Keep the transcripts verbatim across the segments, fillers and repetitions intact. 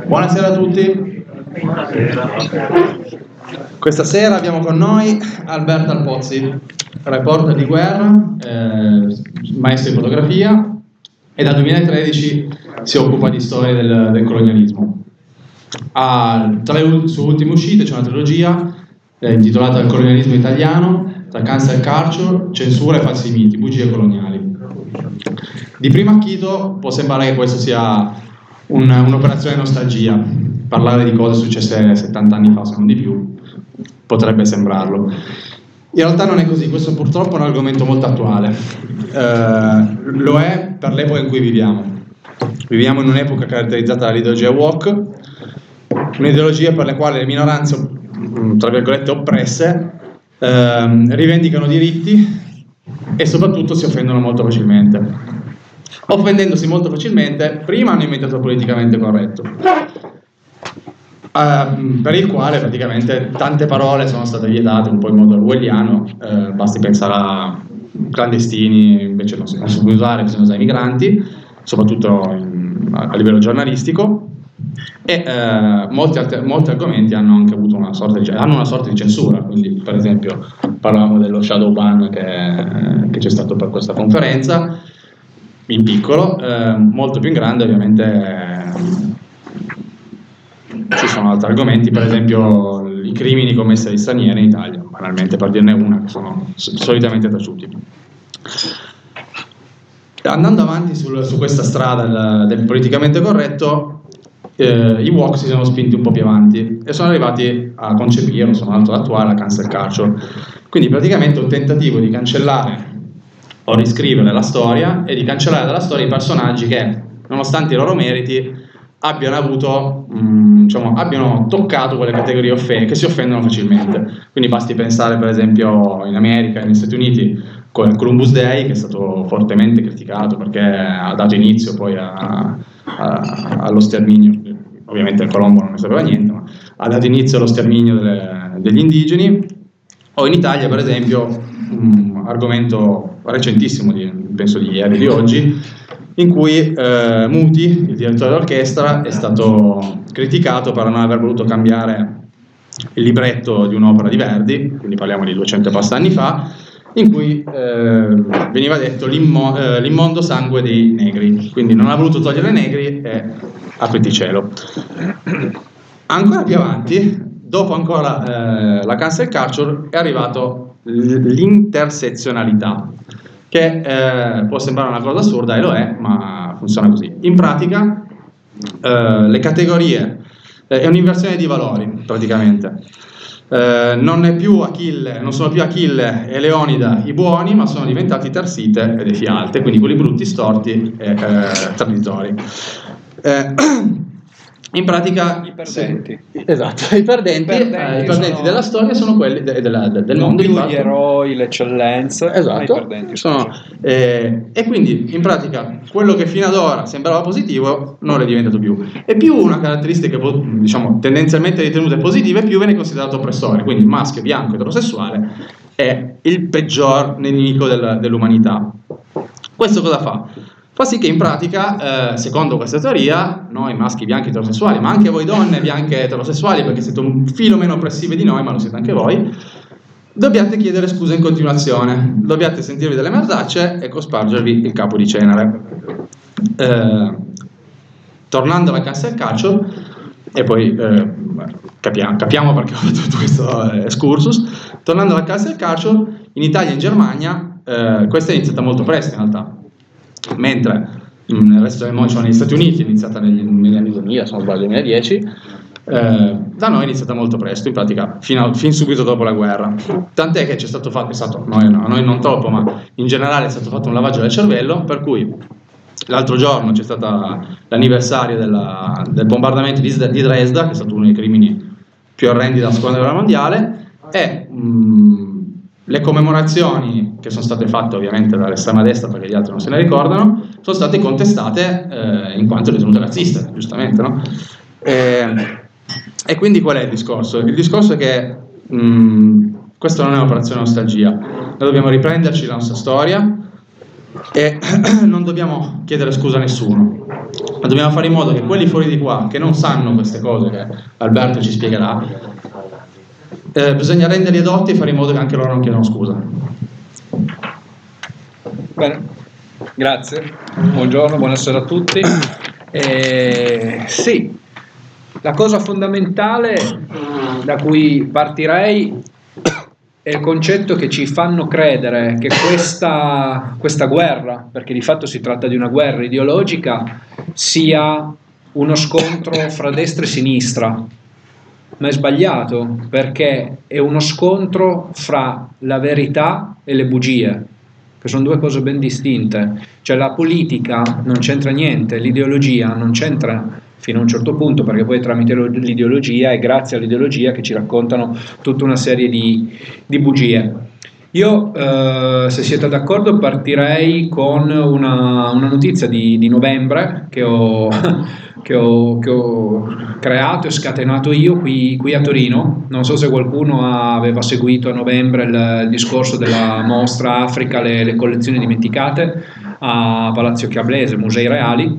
Buonasera a tutti. Buonasera. Questa sera abbiamo con noi Alberto Alpozzi, reporter di guerra, eh, maestro di fotografia e dal duemilatredici si occupa di storia del, del colonialismo. Ha, tra le sue ultime uscite c'è una trilogia eh, intitolata Il colonialismo italiano, tra cancel culture, censura e falsi miti, bugie coloniali. Di primo acchito può sembrare che questo sia un, un'operazione nostalgia, parlare di cose successe settanta anni fa, se non di più, potrebbe sembrarlo. In realtà non è così, questo purtroppo è un argomento molto attuale, eh, lo è per l'epoca in cui viviamo. Viviamo in un'epoca caratterizzata dall'ideologia woke, un'ideologia per la quale le minoranze, tra virgolette, oppresse, eh, rivendicano diritti e soprattutto si offendono molto facilmente. Offendendosi molto facilmente, prima hanno inventato il politicamente corretto, Uh, per il quale praticamente tante parole sono state vietate un po' in modo orwelliano, uh, basti pensare a clandestini, invece non si, non si può usare, bisogna usare i migranti, soprattutto in, a, a livello giornalistico, e uh, molti, altri, molti argomenti hanno anche avuto una sorta di, hanno una sorta di censura, quindi per esempio parlavamo dello shadow ban che, che c'è stato per questa conferenza, in piccolo, uh, molto più in grande ovviamente. Ci sono altri argomenti, per esempio i crimini commessi dagli stranieri in Italia, banalmente per dirne una, che sono solitamente taciuti. Andando avanti sul, su questa strada del, del politicamente corretto, eh, i woke si sono spinti un po' più avanti e sono arrivati a concepire, sono altro attuale, la cancel culture. Quindi praticamente un tentativo di cancellare o riscrivere la storia e di cancellare dalla storia i personaggi che, nonostante i loro meriti, abbiano avuto, mh, diciamo, abbiano toccato quelle categorie offe- che si offendono facilmente. Quindi basti pensare per esempio in America e negli Stati Uniti con il Columbus Day, che è stato fortemente criticato perché ha dato inizio poi a, a, allo sterminio, ovviamente il Colombo non ne sapeva niente, ma ha dato inizio allo sterminio delle, degli indigeni. O in Italia per esempio, un argomento recentissimo, di, penso di ieri, di oggi, in cui eh, Muti, il direttore d'orchestra, è stato criticato per non aver voluto cambiare il libretto di un'opera di Verdi, quindi parliamo di duecento e passa anni fa, in cui eh, veniva detto l'immo- eh, l'immondo sangue dei negri, quindi non ha voluto togliere i negri e apriti cielo. Ancora più avanti, dopo ancora eh, la cancel culture, è arrivato l'intersezionalità, che eh, può sembrare una cosa assurda e lo è, ma funziona così. In pratica eh, le categorie eh, è un'inversione di valori praticamente. Eh, non è più Achille, non sono più Achille e Leonida i buoni, ma sono diventati Tarsite ed Efialte, quindi quelli brutti, storti e eh, traditori. Eh, In pratica i perdenti, esatto, i perdenti, I perdenti, eh, i perdenti sono, della storia sono quelli de, de, de, del non mondo. Più gli eroi, le eccellenze, esatto, i perdenti sono, eh, e quindi in pratica quello che fino ad ora sembrava positivo non è diventato più. E più una caratteristica, diciamo, tendenzialmente ritenute positive, più viene considerato oppressore. Quindi il maschio, bianco, eterosessuale è il peggior nemico del, dell'umanità. Questo cosa fa? Fa sì che in pratica, eh, secondo questa teoria, noi maschi bianchi eterosessuali, ma anche voi donne bianche eterosessuali, perché siete un filo meno oppressivi di noi, ma lo siete anche voi, dobbiate chiedere scusa in continuazione, dobbiate sentirvi delle merdacce e cospargervi il capo di cenere. Eh, tornando alla cancel culture, e poi eh, capiamo, capiamo perché ho fatto tutto questo excursus, tornando alla cancel culture, in Italia e in Germania, eh, questa è iniziata molto presto in realtà, mentre nel resto del mondo, cioè negli Stati Uniti, è iniziata negli, negli anni duemila, se non sbaglio duemiladieci, eh, da noi è iniziata molto presto, in pratica fino, fin subito dopo la guerra, tant'è che c'è stato fatto, è stato, noi, no, noi non troppo, ma in generale è stato fatto un lavaggio del cervello, per cui l'altro giorno c'è stato l'anniversario della, del bombardamento di, di Dresda, che è stato uno dei crimini più orrendi della seconda guerra mondiale, e mh, le commemorazioni che sono state fatte ovviamente dall'estrema destra, perché gli altri non se ne ricordano, sono state contestate eh, in quanto ritenute razziste, giustamente, no? E, e quindi qual è il discorso? Il discorso è che mh, questa non è un'operazione nostalgia, noi dobbiamo riprenderci la nostra storia e non dobbiamo chiedere scusa a nessuno. ma dobbiamo fare in modo che quelli fuori di qua, che non sanno queste cose che Alberto ci spiegherà, eh, bisogna renderli edotti e fare in modo che anche loro non chiedano scusa. Bene, grazie, buongiorno, buonasera a tutti. Eh, sì, la cosa fondamentale da cui partirei è il concetto che ci fanno credere che questa, questa guerra, perché di fatto si tratta di una guerra ideologica, sia uno scontro fra destra e sinistra, ma è sbagliato, perché è uno scontro fra la verità e le bugie, che sono due cose ben distinte. Cioè la politica non c'entra niente, l'ideologia non c'entra fino a un certo punto, perché poi tramite l'ideologia è grazie all'ideologia che ci raccontano tutta una serie di, di bugie. Io, eh, se siete d'accordo, partirei con una, una notizia di, di novembre che ho, che, ho, che ho creato e scatenato io qui, qui a Torino. Non so se qualcuno aveva seguito a novembre il, il discorso della mostra Africa, le, le collezioni dimenticate a Palazzo Chiablese, Musei Reali.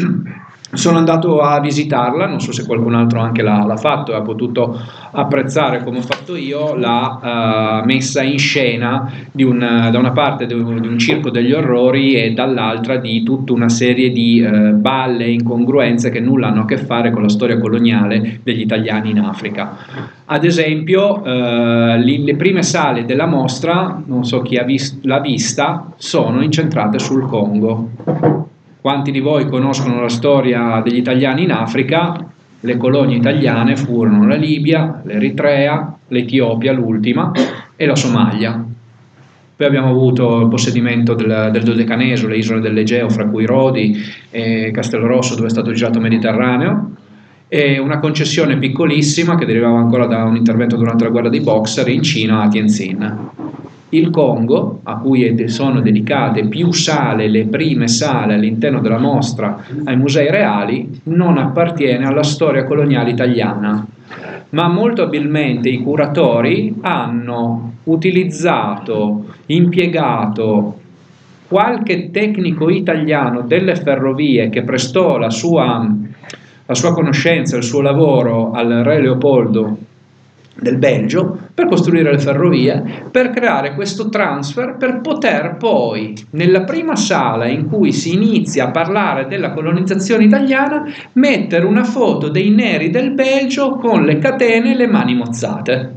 Sono andato a visitarla, non so se qualcun altro anche l'ha, l'ha fatto e ha potuto apprezzare, come ho fatto io, la uh, messa in scena di un, da una parte di un, di un circo degli orrori e dall'altra di tutta una serie di uh, balle e incongruenze che nulla hanno a che fare con la storia coloniale degli italiani in Africa. Ad esempio, uh, le, le prime sale della mostra, non so chi ha vist- l'ha vista, sono incentrate sul Congo. Quanti di voi conoscono la storia degli italiani in Africa? Le colonie italiane furono la Libia, l'Eritrea, l'Etiopia, l'ultima, e la Somalia. Poi abbiamo avuto il possedimento del, del Dodecaneso, le isole dell'Egeo, fra cui Rodi e Castellorosso, dove è stato girato Mediterraneo, e una concessione piccolissima che derivava ancora da un intervento durante la guerra dei Boxer in Cina, a Tianjin. Il Congo, a cui sono dedicate più sale, le prime sale all'interno della mostra ai Musei Reali, non appartiene alla storia coloniale italiana, ma molto abilmente i curatori hanno utilizzato, impiegato qualche tecnico italiano delle ferrovie che prestò la sua, la sua conoscenza, il suo lavoro al re Leopoldo del Belgio per costruire le ferrovie, per creare questo transfer, per poter poi nella prima sala in cui si inizia a parlare della colonizzazione italiana mettere una foto dei neri del Belgio con le catene e le mani mozzate.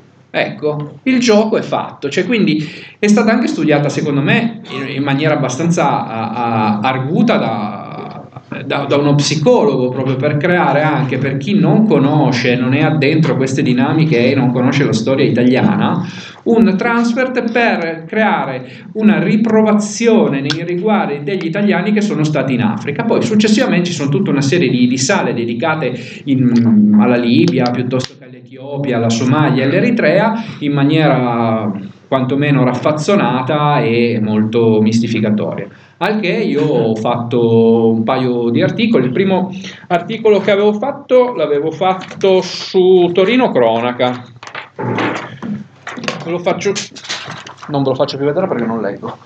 Ecco, il gioco è fatto, cioè quindi è stata anche studiata secondo me in, in maniera abbastanza a, a, arguta da Da, da uno psicologo, proprio per creare anche per chi non conosce, non è addentro queste dinamiche e non conosce la storia italiana, un transfer per creare una riprovazione nei riguardi degli italiani che sono stati in Africa. Poi successivamente ci sono tutta una serie di, di sale dedicate in, alla Libia piuttosto che all'Etiopia, alla Somalia e all'Eritrea in maniera quantomeno raffazzonata e molto mistificatoria. Al che io ho fatto un paio di articoli. Il primo articolo che avevo fatto l'avevo fatto su Torino Cronaca. Ve lo faccio, non ve lo faccio più vedere perché non leggo.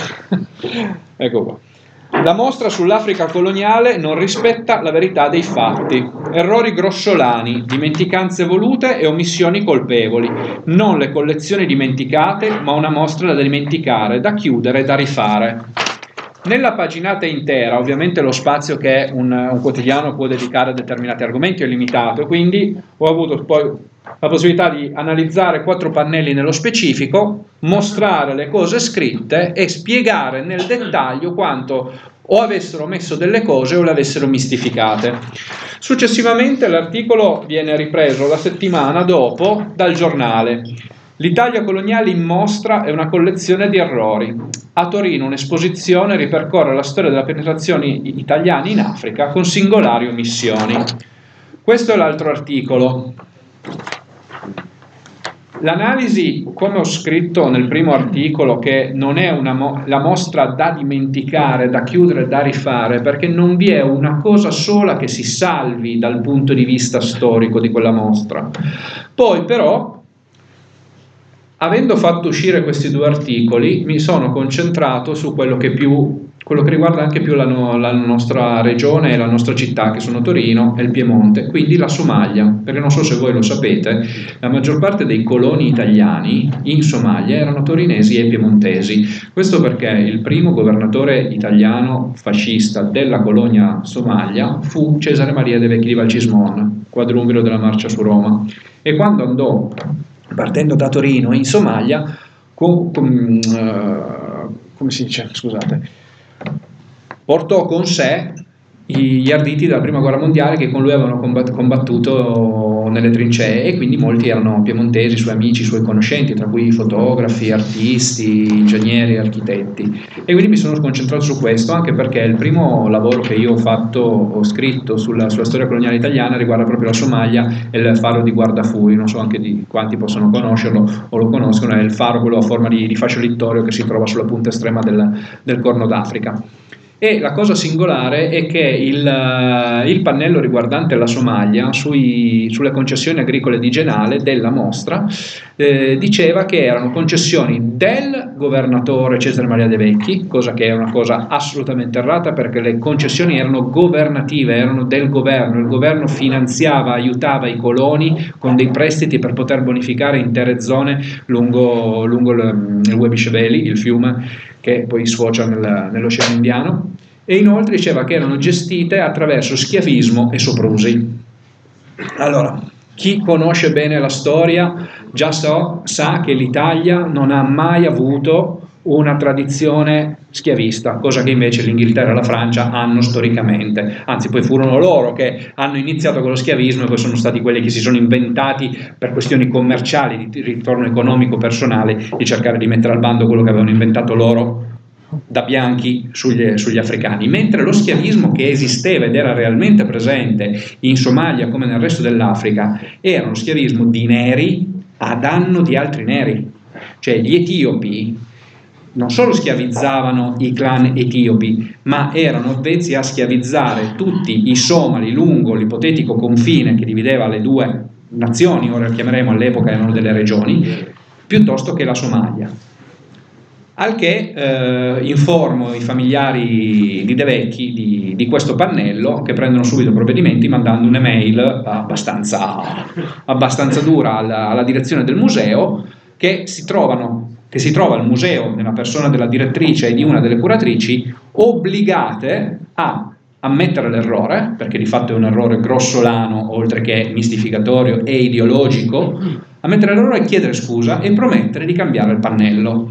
Ecco qua. La mostra sull'Africa coloniale non rispetta la verità dei fatti. Errori grossolani, dimenticanze volute e omissioni colpevoli. Non le collezioni dimenticate, ma una mostra da dimenticare, da chiudere e da rifare. Nella paginata intera, ovviamente lo spazio che un, un quotidiano può dedicare a determinati argomenti è limitato, quindi ho avuto poi la possibilità di analizzare quattro pannelli nello specifico, mostrare le cose scritte e spiegare nel dettaglio quanto o avessero messo delle cose o le avessero mistificate. Successivamente l'articolo viene ripreso la settimana dopo dal giornale. L'Italia coloniale in mostra è una collezione di errori. A Torino un'esposizione ripercorre la storia della penetrazione italiana in Africa con singolari omissioni. Questo è l'altro articolo. L'analisi, come ho scritto nel primo articolo, che non è una mo- la mostra da dimenticare, da chiudere, da rifare, perché non vi è una cosa sola che si salvi dal punto di vista storico di quella mostra. Poi però, avendo fatto uscire questi due articoli, mi sono concentrato su quello che più quello che riguarda anche più la, no, la nostra regione e la nostra città, che sono Torino e il Piemonte, quindi la Somalia, perché non so se voi lo sapete, la maggior parte dei coloni italiani in Somalia erano torinesi e piemontesi. Questo perché il primo governatore italiano fascista della colonia Somalia fu Cesare Maria De Vecchi di Valcismon, quadrumviro della marcia su Roma, e quando andò, partendo da Torino in Somalia, con, con, uh, come si dice, scusate, portò con sé gli arditi della prima guerra mondiale che con lui avevano combattuto nelle trincee, e quindi molti erano piemontesi, suoi amici, suoi conoscenti, tra cui fotografi, artisti, ingegneri, architetti. E quindi mi sono concentrato su questo, anche perché il primo lavoro che io ho fatto, ho scritto sulla, sulla storia coloniale italiana, riguarda proprio la Somalia e il faro di Guardafui. Non so anche di quanti possono conoscerlo o lo conoscono, è il faro quello a forma di, di fascio littorio che si trova sulla punta estrema del, del Corno d'Africa. E la cosa singolare è che il, il pannello riguardante la Somalia sui, sulle concessioni agricole di Genale della mostra eh, diceva che erano concessioni del governatore Cesare Maria De Vecchi, cosa che è una cosa assolutamente errata, perché le concessioni erano governative, erano del governo, il governo finanziava, aiutava i coloni con dei prestiti per poter bonificare intere zone lungo, lungo il, il Webishebeli, il fiume che poi sfocia nel, nell'Oceano Indiano, e inoltre diceva che erano gestite attraverso schiavismo e soprusi. Allora, chi conosce bene la storia già so, sa che l'Italia non ha mai avuto una tradizione schiavista, cosa che invece l'Inghilterra e la Francia hanno storicamente, anzi poi furono loro che hanno iniziato con lo schiavismo e poi sono stati quelli che si sono inventati, per questioni commerciali, di ritorno economico personale, di cercare di mettere al bando quello che avevano inventato loro da bianchi sugli, sugli africani, mentre lo schiavismo che esisteva ed era realmente presente in Somalia come nel resto dell'Africa era uno schiavismo di neri a danno di altri neri, cioè gli etiopi non solo schiavizzavano i clan etiopi, ma erano avvezzi a schiavizzare tutti i somali lungo l'ipotetico confine che divideva le due nazioni, ora chiameremo all'epoca erano delle regioni, piuttosto che la Somalia. Al che eh, informo i familiari di De Vecchi di, di questo pannello, che prendono subito provvedimenti mandando un'email abbastanza, abbastanza dura alla, alla direzione del museo, che si trovano che si trova al museo nella persona della direttrice e di una delle curatrici, obbligate a ammettere l'errore, perché di fatto è un errore grossolano oltre che mistificatorio e ideologico, ammettere l'errore e chiedere scusa e promettere di cambiare il pannello.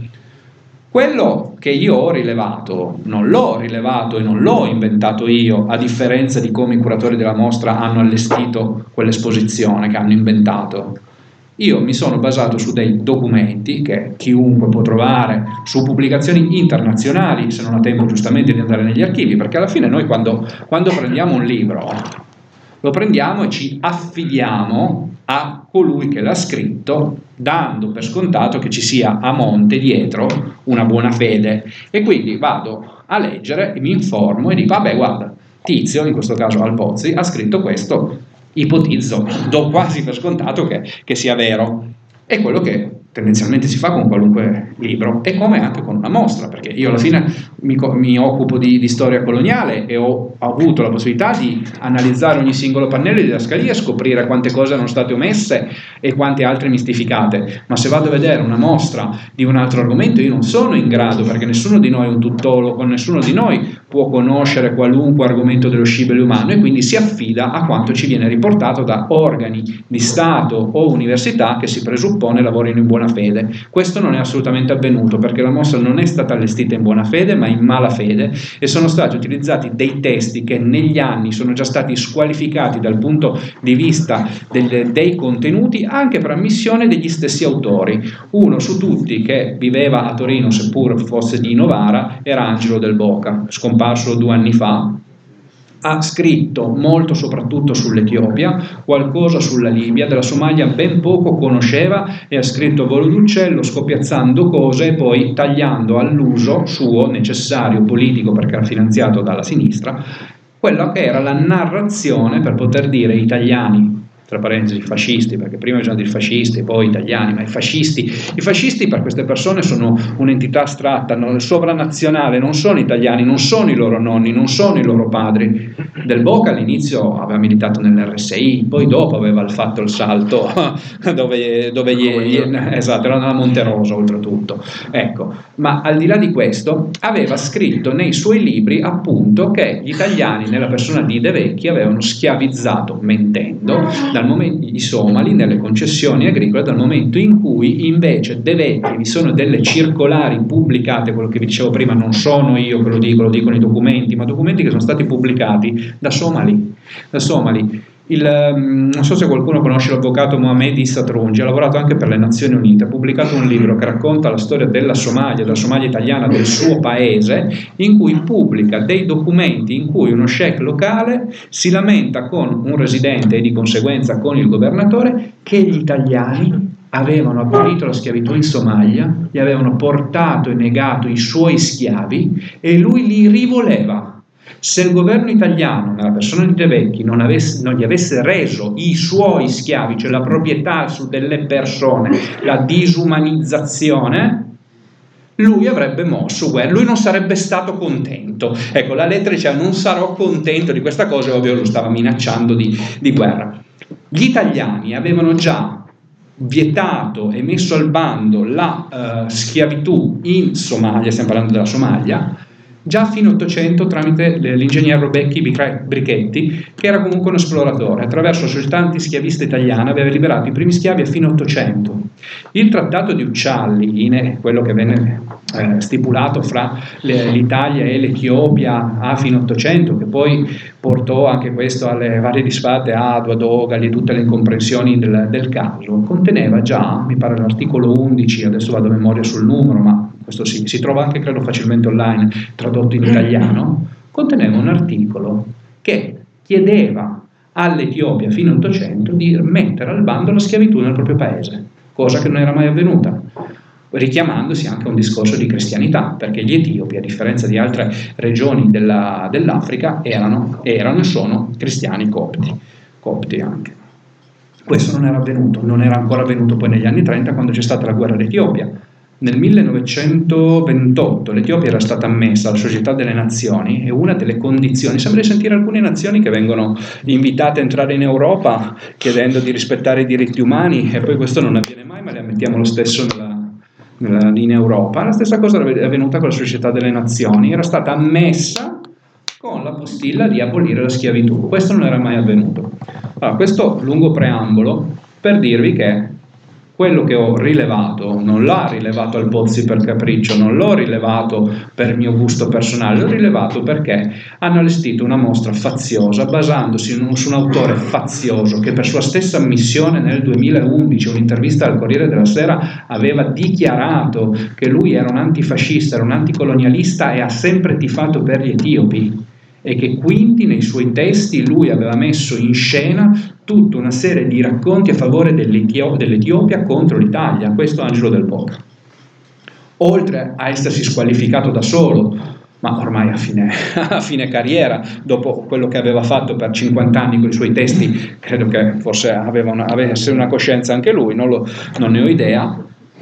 Quello che io ho rilevato, non l'ho rilevato e non l'ho inventato io, a differenza di come i curatori della mostra hanno allestito quell'esposizione che hanno inventato. Io mi sono basato su dei documenti che chiunque può trovare, su pubblicazioni internazionali, se non ha tempo giustamente di andare negli archivi, perché alla fine noi quando, quando prendiamo un libro, lo prendiamo e ci affidiamo a colui che l'ha scritto, dando per scontato che ci sia a monte dietro una buona fede. E quindi vado a leggere e mi informo e dico, vabbè guarda, Tizio, in questo caso Albozzi, ha scritto questo, ipotizzo, do quasi per scontato che, che sia vero. È quello che tendenzialmente si fa con qualunque libro, e come anche con una mostra, perché io alla fine mi, mi occupo di, di storia coloniale e ho avuto la possibilità di analizzare ogni singolo pannello di didascalia e scoprire quante cose erano state omesse e quante altre mistificate. Ma se vado a vedere una mostra di un altro argomento io non sono in grado, perché nessuno di noi è un tuttologo, nessuno di noi può conoscere qualunque argomento dello scibile umano, e quindi si affida a quanto ci viene riportato da organi di Stato o università che si presuppone lavorino in buona fede. Questo non è assolutamente avvenuto, perché la mostra non è stata allestita in buona fede ma in mala fede, e sono stati utilizzati dei testi che negli anni sono già stati squalificati dal punto di vista del, dei contenuti, anche per ammissione degli stessi autori. Uno su tutti, che viveva a Torino seppur fosse di Novara, era Angelo Del Boca, scomparso due anni fa. Ha scritto molto soprattutto sull'Etiopia, qualcosa sulla Libia, della Somalia ben poco conosceva, e ha scritto a volo d'uccello, scopiazzando cose e poi tagliando all'uso suo necessario politico, perché era finanziato dalla sinistra, quella che era la narrazione per poter dire: italiani, tra parentesi fascisti, perché prima bisogna dire fascisti, poi italiani, ma i fascisti, i fascisti per queste persone sono un'entità astratta, non, sovranazionale, non sono italiani, non sono i loro nonni, non sono i loro padri. Del Boca all'inizio aveva militato nell'R S I, poi dopo aveva fatto il salto dove, dove gli, gli, esatto, era nella Monterosa oltretutto, ecco. Ma al di là di questo aveva scritto nei suoi libri appunto che gli italiani nella persona di De Vecchi avevano schiavizzato, mentendo, dal momento, i somali nelle concessioni agricole, dal momento in cui invece De Vecchi, vi sono delle circolari pubblicate, quello che vi dicevo prima, non sono io che lo dico, lo dicono i documenti, ma documenti che sono stati pubblicati da somali, da somali. Il, non so se qualcuno conosce l'avvocato Mohamed Issa Trungi, ha lavorato anche per le Nazioni Unite, ha pubblicato un libro che racconta la storia della Somalia, della Somalia italiana, del suo paese, in cui pubblica dei documenti in cui uno sheikh locale si lamenta con un residente e di conseguenza con il governatore che gli italiani avevano abolito la schiavitù in Somalia, gli avevano portato e negato i suoi schiavi e lui li rivoleva. Se il governo italiano, nella persona di De Vecchi, non, avesse, non gli avesse reso i suoi schiavi, cioè la proprietà su delle persone, la disumanizzazione, lui avrebbe mosso guerra, lui non sarebbe stato contento. Ecco, la lettera diceva non sarò contento di questa cosa, e ovvio lo stava minacciando di, di guerra. Gli italiani avevano già vietato e messo al bando la uh, schiavitù in Somalia, stiamo parlando della Somalia, già a fine Ottocento tramite l'ingegner Robecchi Brichetti, che era comunque un esploratore. Attraverso la società antischiavista italiana aveva liberato i primi schiavi a fine Ottocento. Il trattato di Uccialli, in, quello che venne eh, stipulato fra le, l'Italia e l'Etiopia a fine Ottocento, che poi portò anche questo alle varie disfatte a Adua Dogali e tutte le incomprensioni del, del caso, conteneva già, mi pare l'articolo undici, adesso vado a memoria sul numero, ma questo si, si trova anche credo facilmente online, tradotto in italiano, conteneva un articolo che chiedeva all'Etiopia fino all'Ottocento di mettere al bando la schiavitù nel proprio paese, cosa che non era mai avvenuta, richiamandosi anche a un discorso di cristianità, perché gli etiopi, a differenza di altre regioni della, dell'Africa, erano, erano e sono cristiani copti, copti anche. Questo non era avvenuto, non era ancora avvenuto poi negli anni trenta, quando c'è stata la guerra d'Etiopia. Nel millenovecentoventotto l'Etiopia era stata ammessa alla Società delle Nazioni e una delle condizioni, sembra di sentire alcune nazioni che vengono invitate a entrare in Europa chiedendo di rispettare i diritti umani e poi questo non avviene mai, ma le ammettiamo lo stesso nella, nella, in Europa. La stessa cosa è avvenuta con la Società delle Nazioni, era stata ammessa con la postilla di abolire la schiavitù. Questo non era mai avvenuto. Allora, questo lungo preambolo per dirvi che quello che ho rilevato non l'ha rilevato al Pozzi per capriccio, non l'ho rilevato per mio gusto personale, l'ho rilevato perché hanno allestito una mostra faziosa basandosi in un, su un autore fazioso che per sua stessa ammissione nel duemilaundici, un'intervista al Corriere della Sera, aveva dichiarato che lui era un antifascista, era un anticolonialista e ha sempre tifato per gli etiopi e che quindi nei suoi testi lui aveva messo in scena tutta una serie di racconti a favore dell'Etio- dell'Etiopia contro l'Italia. Questo è Angelo Del Boca. Oltre a essersi squalificato da solo, ma ormai a fine, a fine carriera, dopo quello che aveva fatto per cinquanta anni con i suoi testi, credo che forse aveva una, avesse una coscienza anche lui, non, lo, non ne ho idea.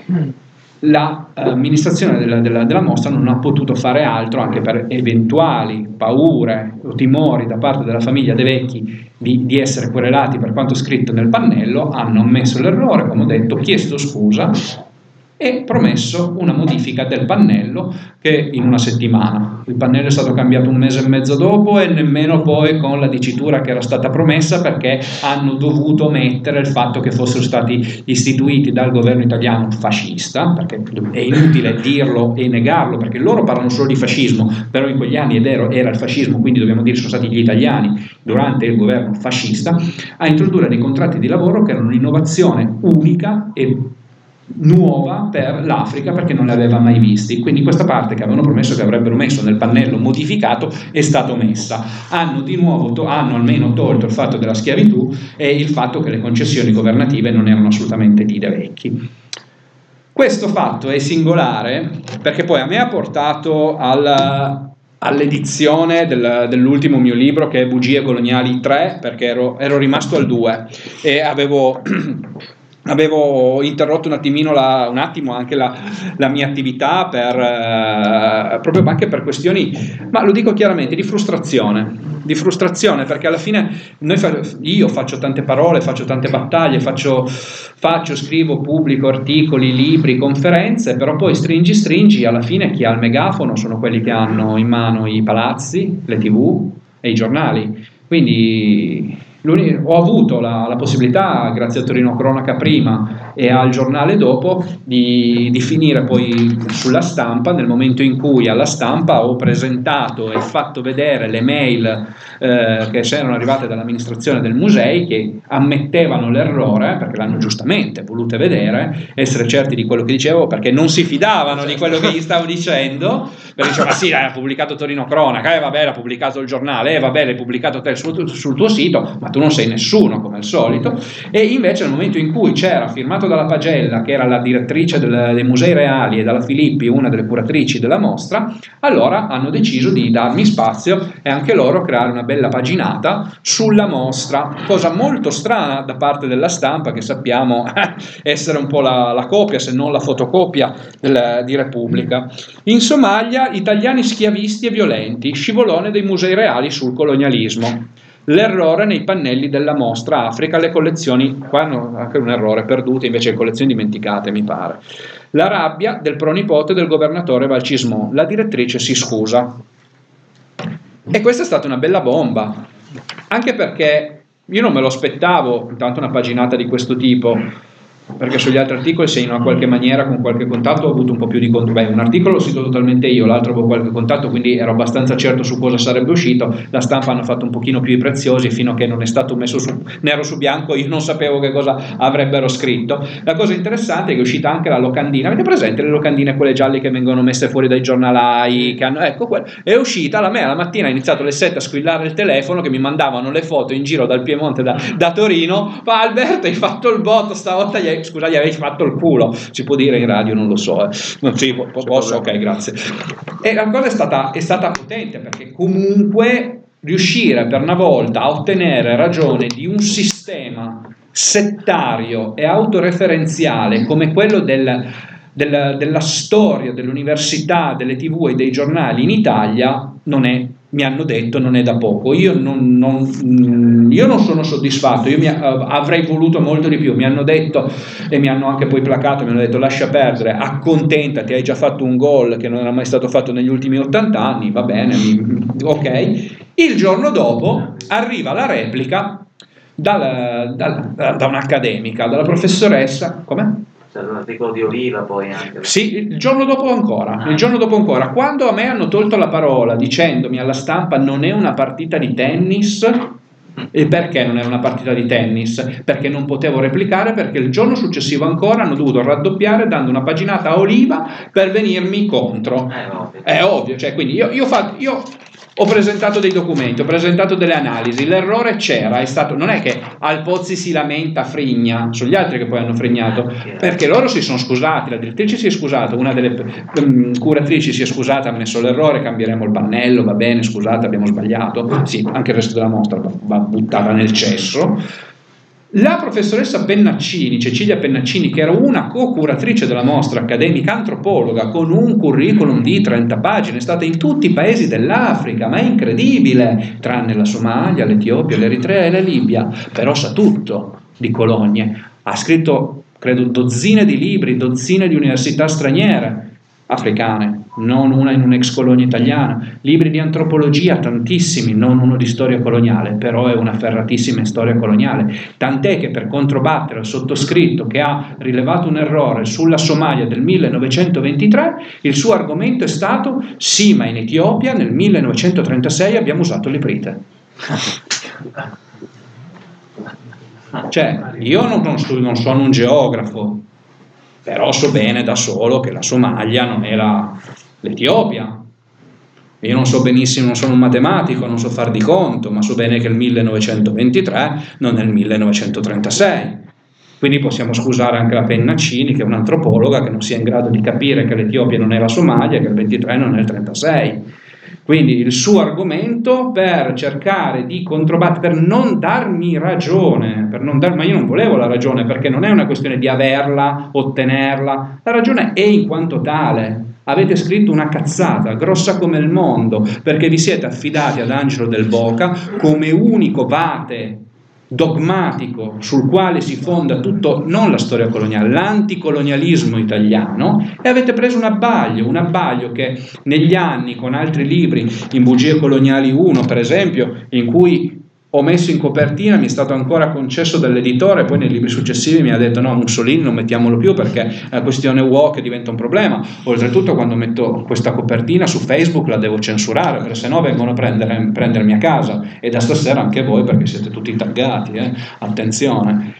L'amministrazione della, della, della mostra non ha potuto fare altro, anche per eventuali paure o timori da parte della famiglia De Vecchi di, di essere querelati per quanto scritto nel pannello, hanno ammesso l'errore, come ho detto, chiesto scusa e promesso una modifica del pannello che in una settimana. Il pannello è stato cambiato un mese e mezzo dopo e nemmeno poi con la dicitura che era stata promessa, perché hanno dovuto mettere il fatto che fossero stati istituiti dal governo italiano fascista, perché è inutile dirlo e negarlo, perché loro parlano solo di fascismo, però in quegli anni è vero, era il fascismo, quindi dobbiamo dire sono stati gli italiani durante il governo fascista a introdurre dei contratti di lavoro che erano un'innovazione unica e nuova per l'Africa, perché non li aveva mai visti. Quindi questa parte che avevano promesso che avrebbero messo nel pannello modificato è stata messa. Hanno di nuovo to- hanno almeno tolto il fatto della schiavitù e il fatto che le concessioni governative non erano assolutamente di De Vecchi. Questo fatto è singolare perché poi a me ha portato al, all'edizione del, dell'ultimo mio libro, che è Bugie coloniali tre, perché ero, ero rimasto al due e avevo avevo interrotto un attimino la, un attimo anche la, la mia attività per eh, proprio anche per questioni, ma lo dico chiaramente, di frustrazione di frustrazione perché alla fine noi fa, io faccio tante parole, faccio tante battaglie, faccio, faccio scrivo, pubblico articoli, libri, conferenze, però poi stringi stringi alla fine chi ha il megafono sono quelli che hanno in mano i palazzi, le tv e i giornali. Quindi ho avuto la, la possibilità, grazie a Torino Cronaca prima e al giornale dopo, di, di finire poi sulla stampa, nel momento in cui alla stampa ho presentato e fatto vedere le mail eh, che erano arrivate dall'amministrazione del museo, che ammettevano l'errore, perché l'hanno giustamente volute vedere, essere certi di quello che dicevo, perché non si fidavano di quello che gli stavo dicendo, perché diceva, ma sì, l'ha pubblicato Torino Cronaca, eh vabbè, l'ha pubblicato il giornale, eh vabbè, l'hai pubblicato te sul, sul tuo sito, ma tu non sei nessuno come al solito. E invece nel momento in cui c'era firmato dalla Pagella, che era la direttrice del, dei Musei Reali, e dalla Filippi, una delle curatrici della mostra, allora hanno deciso di darmi spazio e anche loro creare una bella paginata sulla mostra, cosa molto strana da parte della stampa, che sappiamo essere un po' la, la copia, se non la fotocopia del, di Repubblica. In Somalia, italiani schiavisti e violenti, scivolone dei Musei Reali sul colonialismo. L'errore nei pannelli della mostra Africa, le collezioni, qua no, anche un errore, perdute invece le collezioni dimenticate, mi pare. La rabbia del pronipote del governatore Valcismon, la direttrice si scusa. E questa è stata una bella bomba, anche perché io non me lo aspettavo, intanto una paginata di questo tipo, perché sugli altri articoli, se in una qualche maniera con qualche contatto ho avuto un po' più di contatto. Beh, un articolo l'ho scritto totalmente io, l'altro avevo qualche contatto, quindi ero abbastanza certo su cosa sarebbe uscito. La stampa hanno fatto un pochino più i preziosi, fino a che non è stato messo su nero su bianco io non sapevo che cosa avrebbero scritto. La cosa interessante è che è uscita anche la locandina. Avete presente le locandine, quelle gialle che vengono messe fuori dai giornalai, che hanno, ecco, quella è uscita. La me la mattina ha iniziato alle sette a squillare il telefono, che mi mandavano le foto in giro dal Piemonte, da, da Torino. Ma Alberto, hai fatto il botto stavolta, gli scusa, gli avevi fatto il culo, si può dire in radio, non lo so, eh. non sì, po- posso, ok, grazie. E la cosa è stata, è stata potente, perché comunque riuscire per una volta a ottenere ragione di un sistema settario e autoreferenziale come quello del, del, della storia dell'università, delle tv e dei giornali in Italia, non è, mi hanno detto, non è da poco. Io non, non, io non sono soddisfatto, io mi, uh, avrei voluto molto di più. Mi hanno detto, e mi hanno anche poi placato, mi hanno detto lascia perdere, accontentati, hai già fatto un gol che non era mai stato fatto negli ultimi ottanta anni, va bene, mi, ok. Il giorno dopo arriva la replica dal, dal, da un'accademica, dalla professoressa, com'è? C'è un articolo di Oliva poi anche. Sì, il giorno dopo ancora, il giorno dopo ancora, quando a me hanno tolto la parola dicendomi alla stampa non è una partita di tennis. E perché non è una partita di tennis? Perché non potevo replicare, perché il giorno successivo ancora hanno dovuto raddoppiare dando una paginata a Oliva per venirmi contro. È ovvio, è ovvio, cioè, quindi io, io, fa, io ho presentato dei documenti, ho presentato delle analisi, l'errore c'era, è stato, non è che Al Pozzi si lamenta, frigna, sono gli altri che poi hanno frignato, perché loro si sono scusati, la direttrice si è scusata, una delle um, curatrici si è scusata, ha messo l'errore, cambieremo il pannello, va bene, scusate, abbiamo sbagliato, sì, anche il resto della mostra va buttata nel cesso. La professoressa Pennaccini, Cecilia Pennaccini, che era una co-curatrice della mostra, accademica antropologa, con un curriculum di trenta pagine, è stata in tutti i paesi dell'Africa, ma è incredibile, tranne la Somalia, l'Etiopia, l'Eritrea e la Libia, però sa tutto di colonie, ha scritto, credo, dozzine di libri, dozzine di università straniere, africane, non una in un'ex colonia italiana, libri di antropologia tantissimi, non uno di storia coloniale, però è una ferratissima in storia coloniale, tant'è che per controbattere al sottoscritto che ha rilevato un errore sulla Somalia del millenovecentoventitré, il suo argomento è stato sì, ma in Etiopia nel millenovecentotrentasei abbiamo usato l'iprite. Cioè, io non, non sono un geografo, però so bene da solo che la Somalia non era l'Etiopia. Io non so benissimo, non sono un matematico, non so far di conto, ma so bene che il millenovecentoventitré non è il millenovecentotrentasei. Quindi possiamo scusare anche la Pennaccini, che è un'antropologa che non sia in grado di capire che l'Etiopia non è la Somalia, che il ventitré non è il trentasei. Quindi il suo argomento per cercare di controbattere, per non darmi ragione, per non dar, ma io non volevo la ragione, perché non è una questione di averla, ottenerla, la ragione è in quanto tale. Avete scritto una cazzata grossa come il mondo, perché vi siete affidati ad Angelo Del Boca come unico vate dogmatico sul quale si fonda tutto, non la storia coloniale, l'anticolonialismo italiano, e avete preso un abbaglio, un abbaglio che negli anni, con altri libri, in Bugie Coloniali uno per esempio, in cui ho messo in copertina, mi è stato ancora concesso dall'editore, poi nei libri successivi mi ha detto no, Mussolini non mettiamolo più perché la questione woke diventa un problema. Oltretutto quando metto questa copertina su Facebook la devo censurare, perché sennò vengono a prendere, prendermi a casa, e da stasera anche voi perché siete tutti taggati, eh? Attenzione.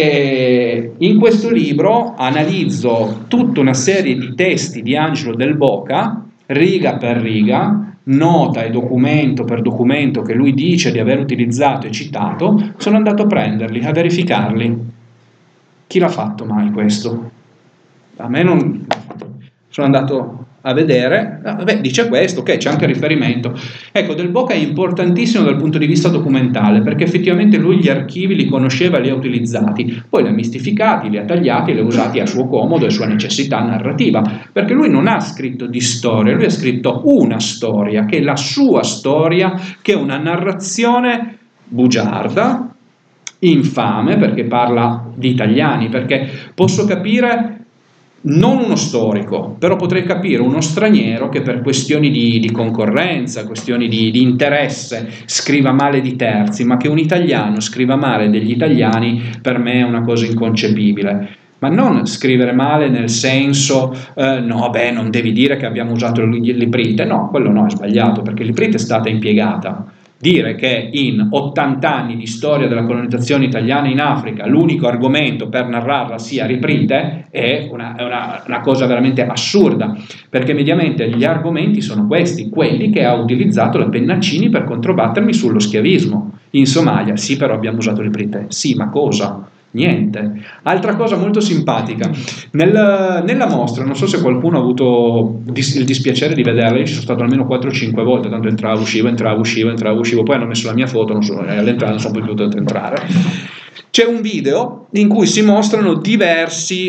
E in questo libro analizzo tutta una serie di testi di Angelo Del Boca, riga per riga, nota e documento per documento che lui dice di aver utilizzato e citato. Sono andato a prenderli, a verificarli. Chi l'ha fatto mai questo? A me non... Sono andato a vedere, ah, vabbè, dice questo, ok, c'è anche riferimento. Ecco, Del Boca è importantissimo dal punto di vista documentale, perché effettivamente lui gli archivi li conosceva e li ha utilizzati, poi li ha mistificati, li ha tagliati e li ha usati a suo comodo e a sua necessità narrativa, perché lui non ha scritto di storia, lui ha scritto una storia, che è la sua storia, che è una narrazione bugiarda, infame, perché parla di italiani, perché posso capire... non uno storico, però potrei capire uno straniero che per questioni di, di concorrenza, questioni di, di interesse scriva male di terzi, ma che un italiano scriva male degli italiani per me è una cosa inconcepibile. Ma non scrivere male nel senso eh, no, beh, non devi dire che abbiamo usato l'iprite, no, quello no, è sbagliato, perché l'iprite è stata impiegata. Dire che in ottanta anni di storia della colonizzazione italiana in Africa l'unico argomento per narrarla sia riprite è una, è una, una cosa veramente assurda, perché mediamente gli argomenti sono questi, quelli che ha utilizzato la Pennaccini per controbattermi sullo schiavismo. In Somalia, sì, però abbiamo usato riprite, sì, ma cosa? Niente. Altra cosa molto simpatica, Nel, nella mostra, non so se qualcuno ha avuto dis, il dispiacere di vederla, io ci sono stato almeno quattro o cinque volte, tanto entravo, uscivo, entravo, uscivo, entravo, uscivo, poi hanno messo la mia foto, non so, all'entrata non sono più potuto entrare. C'è un video in cui si mostrano diversi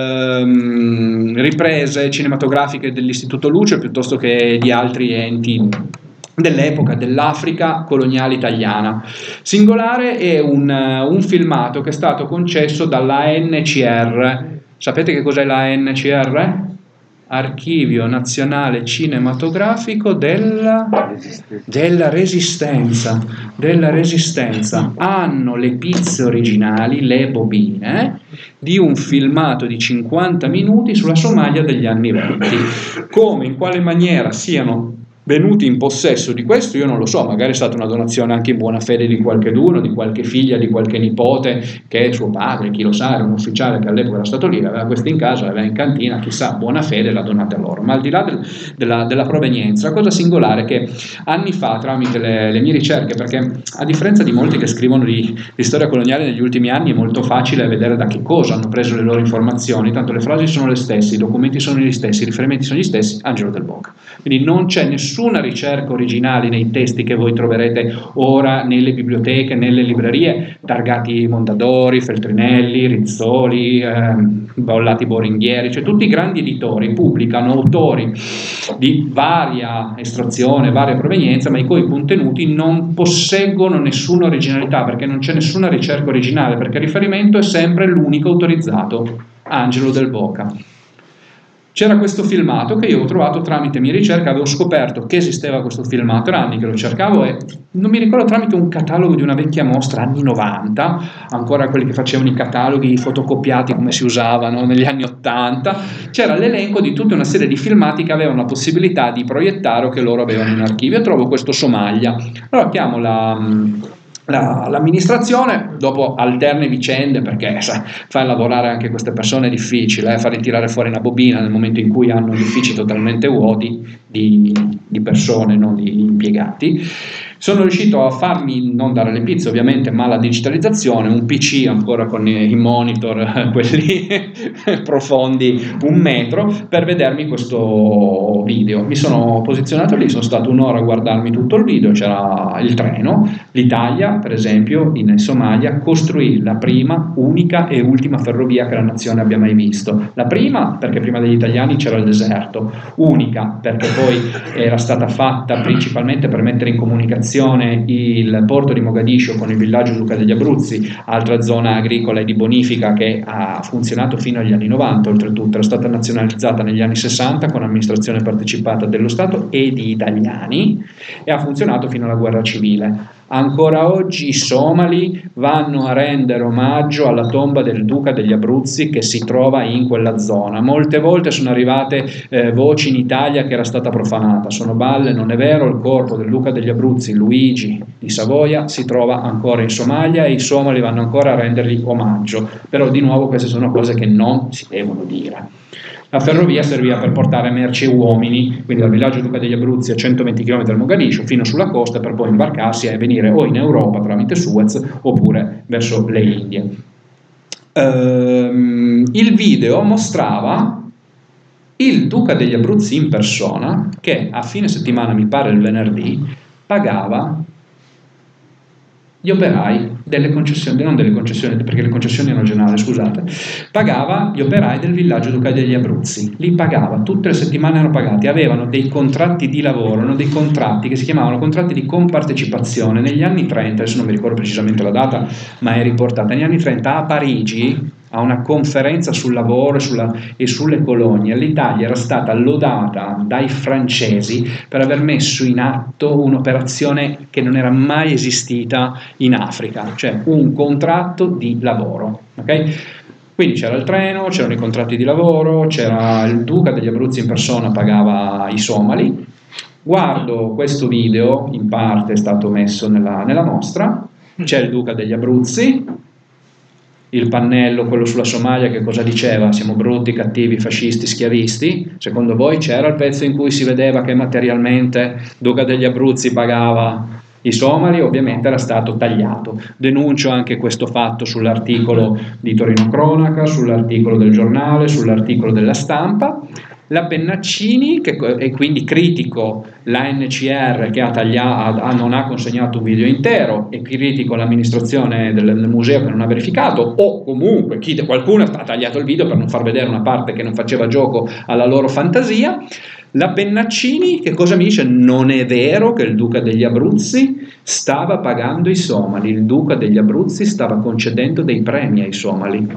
ehm, riprese cinematografiche dell'Istituto Luce piuttosto che di altri enti dell'epoca dell'Africa coloniale italiana. Singolare è un, un filmato che è stato concesso dalla A N C R. Sapete che cos'è la A N C R? Archivio Nazionale Cinematografico della, della Resistenza. Della Resistenza. Hanno le pizze originali, le bobine, di un filmato di cinquanta minuti sulla Somalia degli anni venti. Come, in quale maniera siano venuti in possesso di questo io non lo so, magari è stata una donazione anche in buona fede di qualcheduno, di qualche figlia, di qualche nipote che è suo padre, chi lo sa, era un ufficiale che all'epoca era stato lì, aveva questo in casa, aveva in cantina, chissà, buona fede l'ha donata loro. Ma al di là del, della, della provenienza, la cosa singolare è che anni fa, tramite le, le mie ricerche, perché a differenza di molti che scrivono di, di storia coloniale negli ultimi anni è molto facile vedere da che cosa hanno preso le loro informazioni, tanto le frasi sono le stesse, i documenti sono gli stessi, i riferimenti sono gli stessi, Angelo Del Boca. Quindi non c'è nessuno nessuna ricerca originale nei testi che voi troverete ora nelle biblioteche, nelle librerie, targati Mondadori, Feltrinelli, Rizzoli, ehm, Bollati Boringhieri, cioè tutti i grandi editori pubblicano autori di varia estrazione, varia provenienza, ma i cui contenuti non posseggono nessuna originalità, perché non c'è nessuna ricerca originale, perché il riferimento è sempre l'unico autorizzato, Angelo Del Boca. C'era questo filmato che io ho trovato tramite mie ricerche, avevo scoperto che esisteva questo filmato, era anni che lo cercavo e non mi ricordo, tramite un catalogo di una vecchia mostra, anni novanta, ancora quelli che facevano i cataloghi fotocopiati come si usavano negli anni ottanta, c'era l'elenco di tutta una serie di filmati che avevano la possibilità di proiettare o che loro avevano in archivio. Trovo questo Somalia, allora chiamo la... La, l'amministrazione, dopo alterne vicende, perché sai, far lavorare anche queste persone è difficile, eh, farli tirare fuori una bobina nel momento in cui hanno gli uffici totalmente vuoti di, di persone, non di impiegati. Sono riuscito a farmi, non dare le pizze ovviamente, ma la digitalizzazione, un P C ancora con i monitor, quelli profondi, un metro, per vedermi questo video. Mi sono posizionato lì, sono stato un'ora a guardarmi tutto il video, c'era il treno. L'Italia, per esempio, in Somalia, costruì la prima, unica e ultima ferrovia che la nazione abbia mai visto. La prima perché prima degli italiani c'era il deserto, unica perché poi era stata fatta principalmente per mettere in comunicazione il porto di Mogadiscio con il villaggio Duca degli Abruzzi, altra zona agricola e di bonifica che ha funzionato fino agli anni novanta, oltretutto era stata nazionalizzata negli anni sessanta con amministrazione partecipata dello Stato e di italiani e ha funzionato fino alla guerra civile. Ancora oggi i somali vanno a rendere omaggio alla tomba del Duca degli Abruzzi che si trova in quella zona. Molte volte sono arrivate eh, voci in Italia che era stata profanata, sono balle, non è vero, il corpo del Duca degli Abruzzi, Luigi di Savoia, si trova ancora in Somalia e i somali vanno ancora a rendergli omaggio, però di nuovo queste sono cose che non si devono dire. La ferrovia serviva per portare merci e uomini, quindi dal villaggio Duca degli Abruzzi a centoventi chilometri dal Mogadiscio fino sulla costa per poi imbarcarsi e venire o in Europa tramite Suez oppure verso le Indie. Ehm, il video mostrava il Duca degli Abruzzi in persona che a fine settimana, mi pare il venerdì, pagava gli operai delle concessioni, non delle concessioni, perché le concessioni erano generali, scusate, pagava gli operai del villaggio Duca degli Abruzzi, li pagava, tutte le settimane erano pagati, avevano dei contratti di lavoro, erano dei contratti che si chiamavano contratti di compartecipazione. Negli anni trenta, adesso non mi ricordo precisamente la data, ma è riportata, negli anni trenta a Parigi, a una conferenza sul lavoro e, sulla, e sulle colonie, l'Italia era stata lodata dai francesi per aver messo in atto un'operazione che non era mai esistita in Africa, cioè un contratto di lavoro, ok? Quindi c'era il treno, c'erano i contratti di lavoro, c'era il Duca degli Abruzzi in persona, pagava i somali. Guardo questo video, in parte è stato messo nella, nella mostra, c'è il Duca degli Abruzzi, il pannello, quello sulla Somalia, che cosa diceva? Siamo brutti, cattivi, fascisti, schiavisti. Secondo voi c'era il pezzo in cui si vedeva che materialmente Duca degli Abruzzi pagava i somali? Ovviamente era stato tagliato. Denuncio anche questo fatto sull'articolo di Torino Cronaca, sull'articolo del Giornale, sull'articolo della Stampa. La Pennaccini, che e quindi critico l'A N C R che ha tagliato, ha, non ha consegnato un video intero, e critico l'amministrazione del, del museo che non ha verificato, o comunque chi, qualcuno ha tagliato il video per non far vedere una parte che non faceva gioco alla loro fantasia. La Pennaccini che cosa mi dice? Non è vero che il Duca degli Abruzzi stava pagando i somali, il Duca degli Abruzzi stava concedendo dei premi ai somali.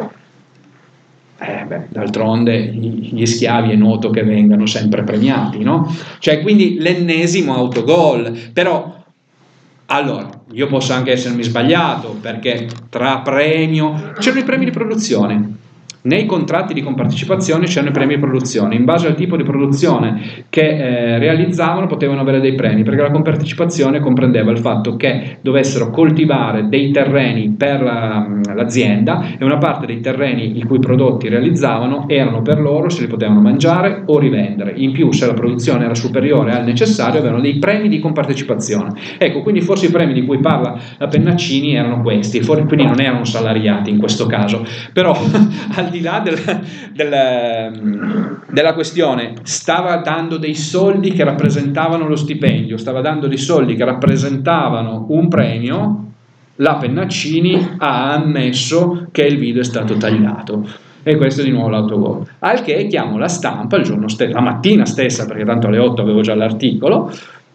Eh beh, d'altronde gli schiavi è noto che vengano sempre premiati, no? Cioè, quindi l'ennesimo autogol. Però, allora, io posso anche essermi sbagliato, perché tra premio... c'erano i premi di produzione. Nei contratti di compartecipazione c'erano i premi di produzione, in base al tipo di produzione che eh, realizzavano potevano avere dei premi, perché la compartecipazione comprendeva il fatto che dovessero coltivare dei terreni per um, l'azienda, e una parte dei terreni i cui prodotti realizzavano erano per loro, se li potevano mangiare o rivendere. In più, se la produzione era superiore al necessario, avevano dei premi di compartecipazione. Ecco, quindi forse i premi di cui parla la Pennaccini erano questi, quindi non erano salariati in questo caso, però al di là del, del, della questione, stava dando dei soldi che rappresentavano lo stipendio, stava dando dei soldi che rappresentavano un premio. La Pennaccini ha ammesso che il video è stato tagliato, e questo è di nuovo l'autogol. Al che chiamo la Stampa il giorno stesso, la mattina stessa, perché tanto alle otto avevo già l'articolo,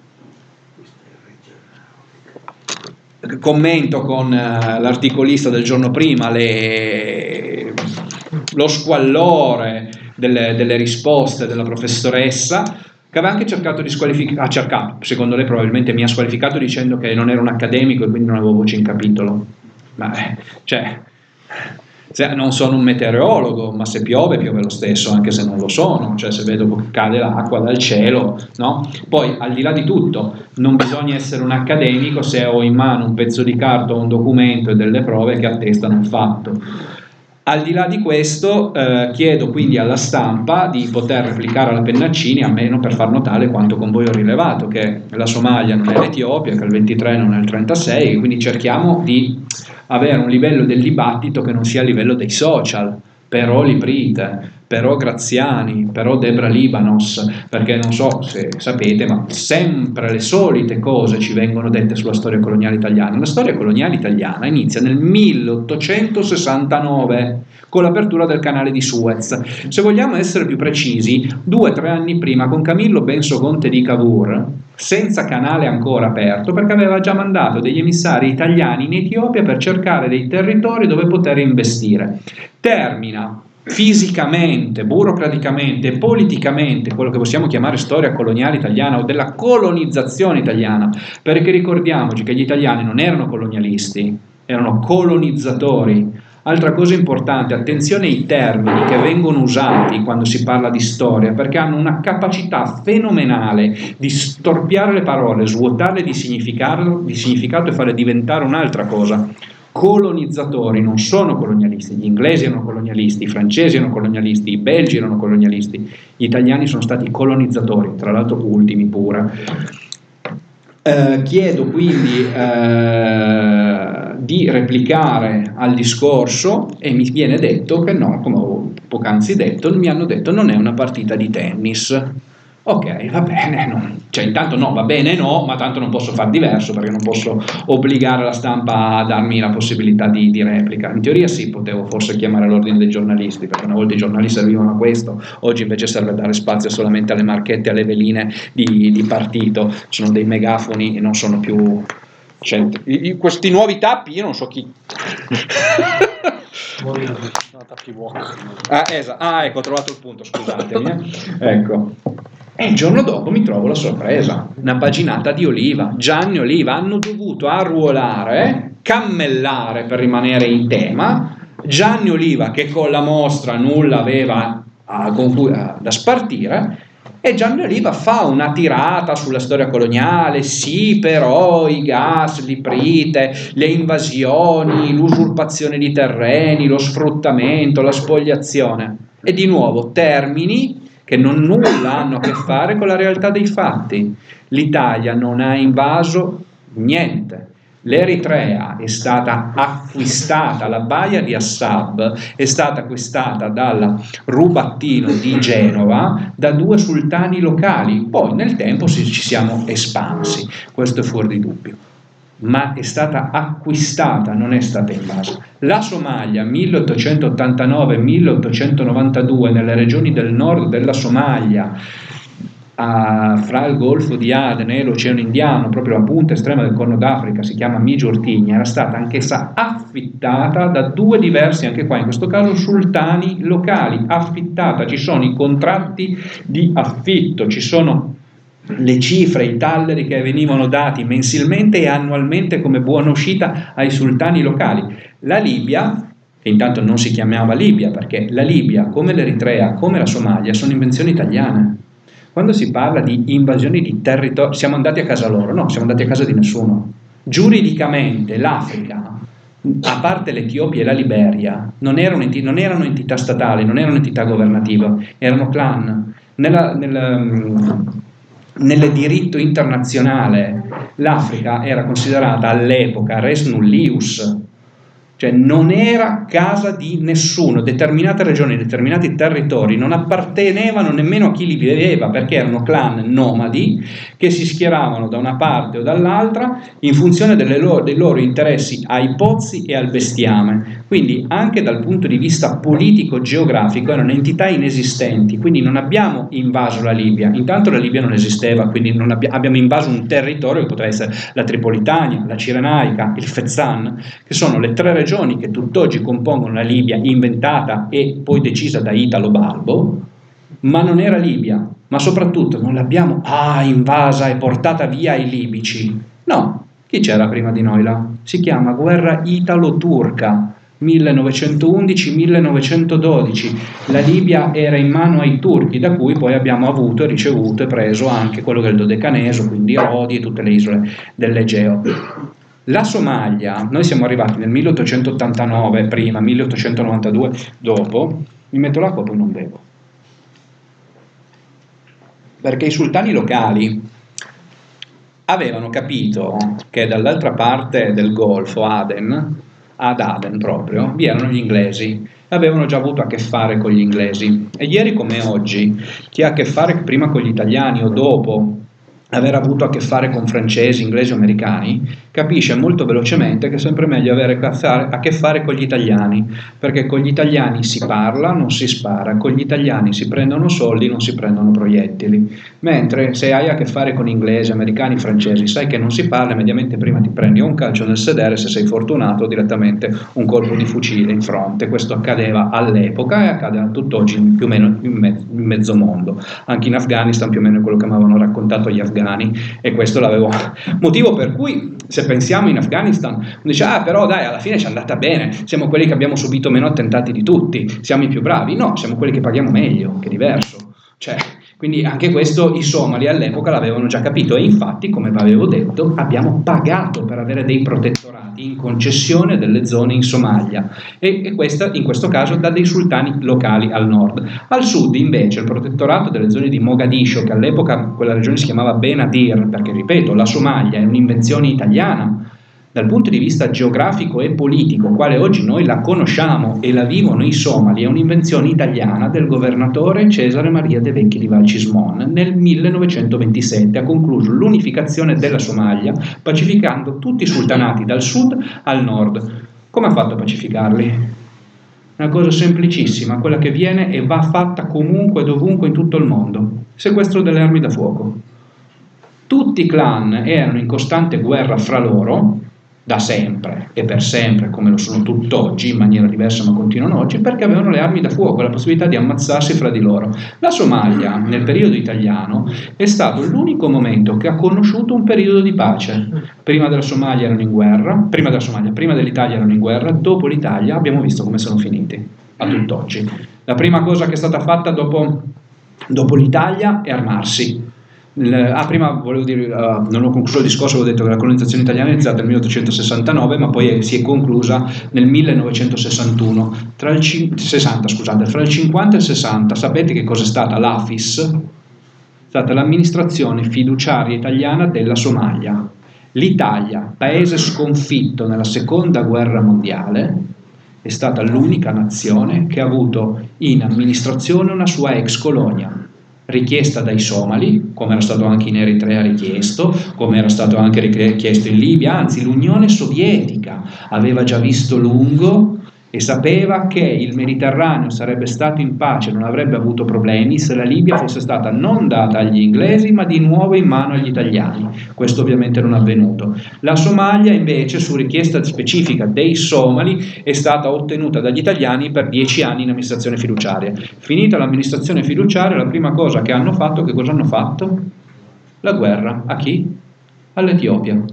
commento con uh, l'articolista del giorno prima le, lo squallore delle, delle risposte della professoressa, che aveva anche cercato di squalificare, ha cercato, secondo lei probabilmente mi ha squalificato dicendo che non ero un accademico e quindi non avevo voce in capitolo. Ma cioè, non sono un meteorologo, ma se piove piove lo stesso, anche se non lo sono, cioè se vedo che cade l'acqua dal cielo, no? Poi, al di là di tutto, non bisogna essere un accademico se ho in mano un pezzo di carta o un documento e delle prove che attestano un fatto. Al di là di questo, eh, chiedo quindi alla stampa di poter replicare alla Pennaccini, almeno per far notare quanto con voi ho rilevato, che la Somalia non è l'Etiopia, che il ventitré non è il trentasei, quindi cerchiamo di avere un livello del dibattito che non sia a livello dei social, però Liprite, però Graziani, però Debra Libanos, perché non so se sapete, ma sempre le solite cose ci vengono dette sulla storia coloniale italiana. La storia coloniale italiana inizia nel milleottocentosessantanove con l'apertura del canale di Suez. Se vogliamo essere più precisi, due o tre anni prima con Camillo Benso Conte di Cavour, senza canale ancora aperto, perché aveva già mandato degli emissari italiani in Etiopia per cercare dei territori dove poter investire. Termina fisicamente, burocraticamente e politicamente quello che possiamo chiamare storia coloniale italiana o della colonizzazione italiana, perché ricordiamoci che gli italiani non erano colonialisti, erano colonizzatori. Altra cosa importante, attenzione ai termini che vengono usati quando si parla di storia, perché hanno una capacità fenomenale di storpiare le parole, svuotarle di significato, di significato e farle diventare un'altra cosa. Colonizzatori non sono colonialisti, gli inglesi erano colonialisti, i francesi erano colonialisti, i belgi erano colonialisti, gli italiani sono stati colonizzatori, tra l'altro ultimi pure. Eh, chiedo quindi eh, di replicare al discorso e mi viene detto che no, come ho poc'anzi detto, mi hanno detto non è una partita di tennis. Ok, va bene, no. Cioè intanto no, va bene no, ma tanto non posso far diverso perché non posso obbligare la stampa a darmi la possibilità di, di replica. In teoria sì, potevo forse chiamare l'ordine dei giornalisti, perché una volta i giornali servivano a questo, oggi invece serve dare spazio solamente alle marchette e alle veline di, di partito, sono dei megafoni e non sono più... Cioè, questi nuovi tappi io non so chi... ah, esatto. ah ecco, ho trovato il punto, scusatemi eh. ecco. E il giorno dopo mi trovo la sorpresa, una paginata di Oliva, Gianni Oliva, hanno dovuto arruolare, cammellare per rimanere in tema, Gianni Oliva che con la mostra nulla aveva a, con cui, a, da spartire, e Gianni Oliva fa una tirata sulla storia coloniale, sì però i gas, l'iprite, le invasioni, l'usurpazione di terreni, lo sfruttamento, la spoliazione, e di nuovo termini che non nulla hanno a che fare con la realtà dei fatti. L'Italia non ha invaso niente. L'Eritrea è stata acquistata, la baia di Assab è stata acquistata dal rubattino di Genova da due sultani locali, poi nel tempo ci siamo espansi, questo è fuori di dubbio, ma è stata acquistata, non è stata invasa. La Somalia milleottocentottantanove milleottocentonovantadue nelle regioni del nord della Somalia, a, fra il Golfo di Aden e l'Oceano Indiano, proprio la punta estrema del Corno d'Africa, si chiama Mijortigna, era stata anch'essa affittata da due diversi, anche qua in questo caso, sultani locali. Affittata, ci sono i contratti di affitto, ci sono le cifre, i talleri che venivano dati mensilmente e annualmente come buona uscita ai sultani locali. La Libia, che intanto non si chiamava Libia, perché la Libia, come l'Eritrea, come la Somalia, sono invenzioni italiane. Quando si parla di invasioni di territorio, siamo andati a casa loro? No, siamo andati a casa di nessuno. Giuridicamente l'Africa, a parte l'Etiopia e la Liberia, non erano, enti- non erano entità statali, non erano entità governative, erano clan. Nella, nel, nel diritto internazionale l'Africa era considerata all'epoca res nullius, cioè non era casa di nessuno. Determinate regioni, determinati territori non appartenevano nemmeno a chi li viveva, perché erano clan nomadi che si schieravano da una parte o dall'altra in funzione delle loro, dei loro interessi ai pozzi e al bestiame. Quindi anche dal punto di vista politico-geografico erano entità inesistenti, quindi non abbiamo invaso la Libia. Intanto la Libia non esisteva, quindi non abbi- abbiamo invaso un territorio che poteva essere la Tripolitania, la Cirenaica, il Fezzan, che sono le tre regioni che tutt'oggi compongono la Libia, inventata e poi decisa da Italo Balbo, ma non era Libia. Ma soprattutto non l'abbiamo ah, invasa e portata via ai libici. No, chi c'era prima di noi là? Si chiama guerra italo-turca, millenovecentoundici millenovecentododici. La Libia era in mano ai turchi, da cui poi abbiamo avuto e ricevuto e preso anche quello che è il Dodecaneso, quindi Rodi e tutte le isole dell'Egeo. La Somalia, noi siamo arrivati nel milleottocentottantanove prima, milleottocentonovantadue dopo, mi metto l'acqua poi non bevo. Perché i sultani locali avevano capito che dall'altra parte del Golfo, Aden, ad Aden proprio, vi erano gli inglesi, avevano già avuto a che fare con gli inglesi. E ieri come oggi, chi ha a che fare prima con gli italiani o dopo aver avuto a che fare con francesi, inglesi o americani, capisce molto velocemente che è sempre meglio avere a che fare con gli italiani, perché con gli italiani si parla, non si spara, con gli italiani si prendono soldi, non si prendono proiettili, mentre se hai a che fare con inglesi, americani, francesi, sai che non si parla, mediamente prima ti prendi un calcio nel sedere, se sei fortunato direttamente un colpo di fucile in fronte. Questo accadeva all'epoca e accade a tutt'oggi più o meno in, me- in mezzo mondo, anche in Afghanistan più o meno è quello che mi avevano raccontato gli afghani, e questo l'avevo motivo per cui se pensiamo in Afghanistan uno dice ah però dai alla fine ci è andata bene, siamo quelli che abbiamo subito meno attentati di tutti, siamo i più bravi. No, siamo quelli che paghiamo meglio, che è diverso, cioè, quindi anche questo i somali all'epoca l'avevano già capito e infatti come vi avevo detto abbiamo pagato per avere dei protettorati in concessione delle zone in Somalia e, e questa in questo caso da dei sultani locali al nord. Al sud invece il protettorato delle zone di Mogadiscio, che all'epoca quella regione si chiamava Benadir, perché ripeto la Somalia è un'invenzione italiana dal punto di vista geografico e politico, quale oggi noi la conosciamo e la vivono i somali, è un'invenzione italiana del governatore Cesare Maria De Vecchi di Valcismon. Nel millenovecentoventisette ha concluso l'unificazione della Somalia, pacificando tutti i sultanati dal sud al nord. Come ha fatto a pacificarli? Una cosa semplicissima, quella che viene e va fatta comunque e dovunque in tutto il mondo: sequestro delle armi da fuoco. Tutti i clan erano in costante guerra fra loro, da sempre e per sempre, come lo sono tutt'oggi, in maniera diversa ma continuano oggi, perché avevano le armi da fuoco e la possibilità di ammazzarsi fra di loro. La Somalia, nel periodo italiano, è stato l'unico momento che ha conosciuto un periodo di pace. Prima della Somalia erano in guerra, prima della Somalia, prima dell'Italia erano in guerra, dopo l'Italia abbiamo visto come sono finiti, a tutt'oggi. La prima cosa che è stata fatta dopo, dopo l'Italia è armarsi. Ah, prima volevo dire, uh, non ho concluso il discorso, avevo detto che la colonizzazione italiana è iniziata nel milleottocentosessantanove, ma poi è, si è conclusa nel millenovecentosessantuno, tra il cin- sessanta, scusate, fra il cinquanta e il sessanta. Sapete che cos'è stata l'A F I S? È stata l'amministrazione fiduciaria italiana della Somalia. L'Italia, paese sconfitto nella seconda guerra mondiale, è stata l'unica nazione che ha avuto in amministrazione una sua ex colonia, richiesta dai somali, come era stato anche in Eritrea richiesto, come era stato anche richiesto in Libia. Anzi, l'Unione Sovietica aveva già visto lungo e sapeva che il Mediterraneo sarebbe stato in pace, non avrebbe avuto problemi se la Libia fosse stata non data agli inglesi ma di nuovo in mano agli italiani. Questo ovviamente non è avvenuto. La Somalia invece, su richiesta specifica dei somali, è stata ottenuta dagli italiani per dieci anni in amministrazione fiduciaria. Finita l'amministrazione fiduciaria, la prima cosa che hanno fatto, che cosa hanno fatto? La guerra. A chi? All'Etiopia,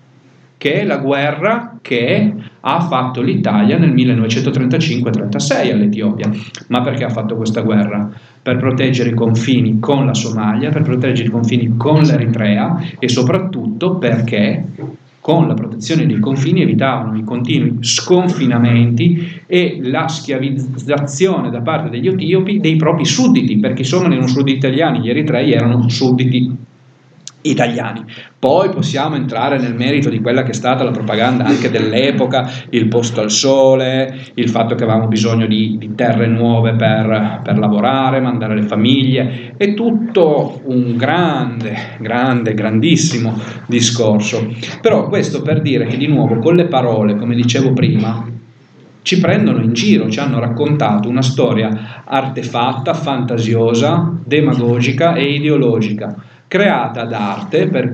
che è la guerra che ha fatto l'Italia nel millenovecentotrentacinque trentasei all'Etiopia. Ma perché ha fatto questa guerra? Per proteggere i confini con la Somalia, per proteggere i confini con l'Eritrea e soprattutto perché con la protezione dei confini evitavano i continui sconfinamenti e la schiavizzazione da parte degli etiopi dei propri sudditi, perché i somali erano sudditi italiani, gli eritrei erano sudditi italiani. Poi possiamo entrare nel merito di quella che è stata la propaganda anche dell'epoca, il posto al sole, il fatto che avevamo bisogno di, di terre nuove per, per lavorare, mandare le famiglie, è tutto un grande, grande, grandissimo discorso. Però questo per dire che di nuovo con le parole, come dicevo prima, ci prendono in giro, ci hanno raccontato una storia artefatta, fantasiosa, demagogica e ideologica, creata d'arte per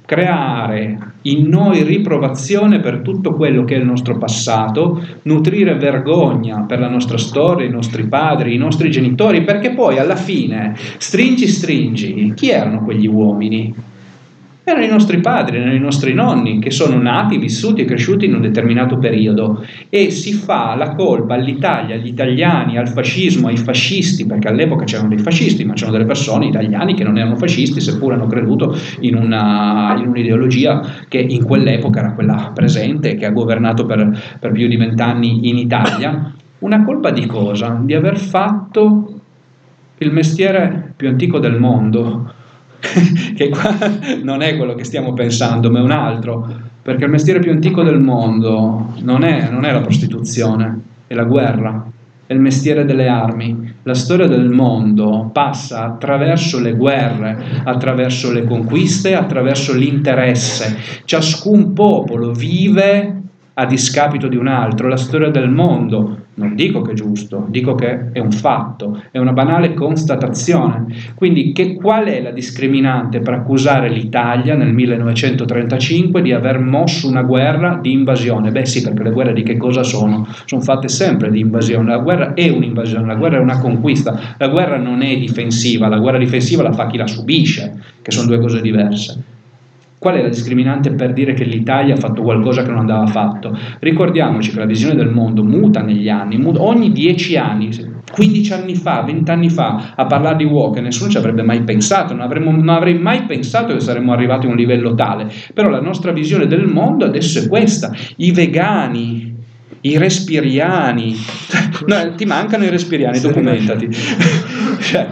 creare in noi riprovazione per tutto quello che è il nostro passato, nutrire vergogna per la nostra storia, i nostri padri, i nostri genitori, perché poi alla fine, stringi stringi, chi erano quegli uomini? Erano i nostri padri, erano i nostri nonni che sono nati, vissuti e cresciuti in un determinato periodo, e si fa la colpa all'Italia, agli italiani, al fascismo, ai fascisti, perché all'epoca c'erano dei fascisti, ma c'erano delle persone italiani che non erano fascisti, seppur hanno creduto in, una, in un'ideologia che in quell'epoca era quella presente, che ha governato per, per più di vent'anni in Italia. Una colpa di cosa? Di aver fatto il mestiere più antico del mondo, che qua non è quello che stiamo pensando, ma è un altro, perché il mestiere più antico del mondo non è, non è la prostituzione, è la guerra, è il mestiere delle armi. La storia del mondo passa attraverso le guerre, attraverso le conquiste, attraverso l'interesse. Ciascun popolo vive a discapito di un altro. La storia del mondo, non dico che è giusto, dico che è un fatto, è una banale constatazione. Quindi che, qual è la discriminante per accusare l'Italia nel millenovecentotrentacinque di aver mosso una guerra di invasione? Beh sì, perché le guerre di che cosa sono? Sono fatte sempre di invasione. La guerra è un'invasione, la guerra è una conquista, la guerra non è difensiva, la guerra difensiva la fa chi la subisce, che sono due cose diverse. Qual è la discriminante per dire che l'Italia ha fatto qualcosa che non andava fatto? Ricordiamoci che la visione del mondo muta negli anni, muta ogni dieci anni, quindici anni fa, venti anni fa, a parlare di woke nessuno ci avrebbe mai pensato, non, avremmo, non avrei mai pensato che saremmo arrivati a un livello tale. Però la nostra visione del mondo adesso è questa: i vegani, i respiriani, no, ti mancano i respiriani, documentati. cioè,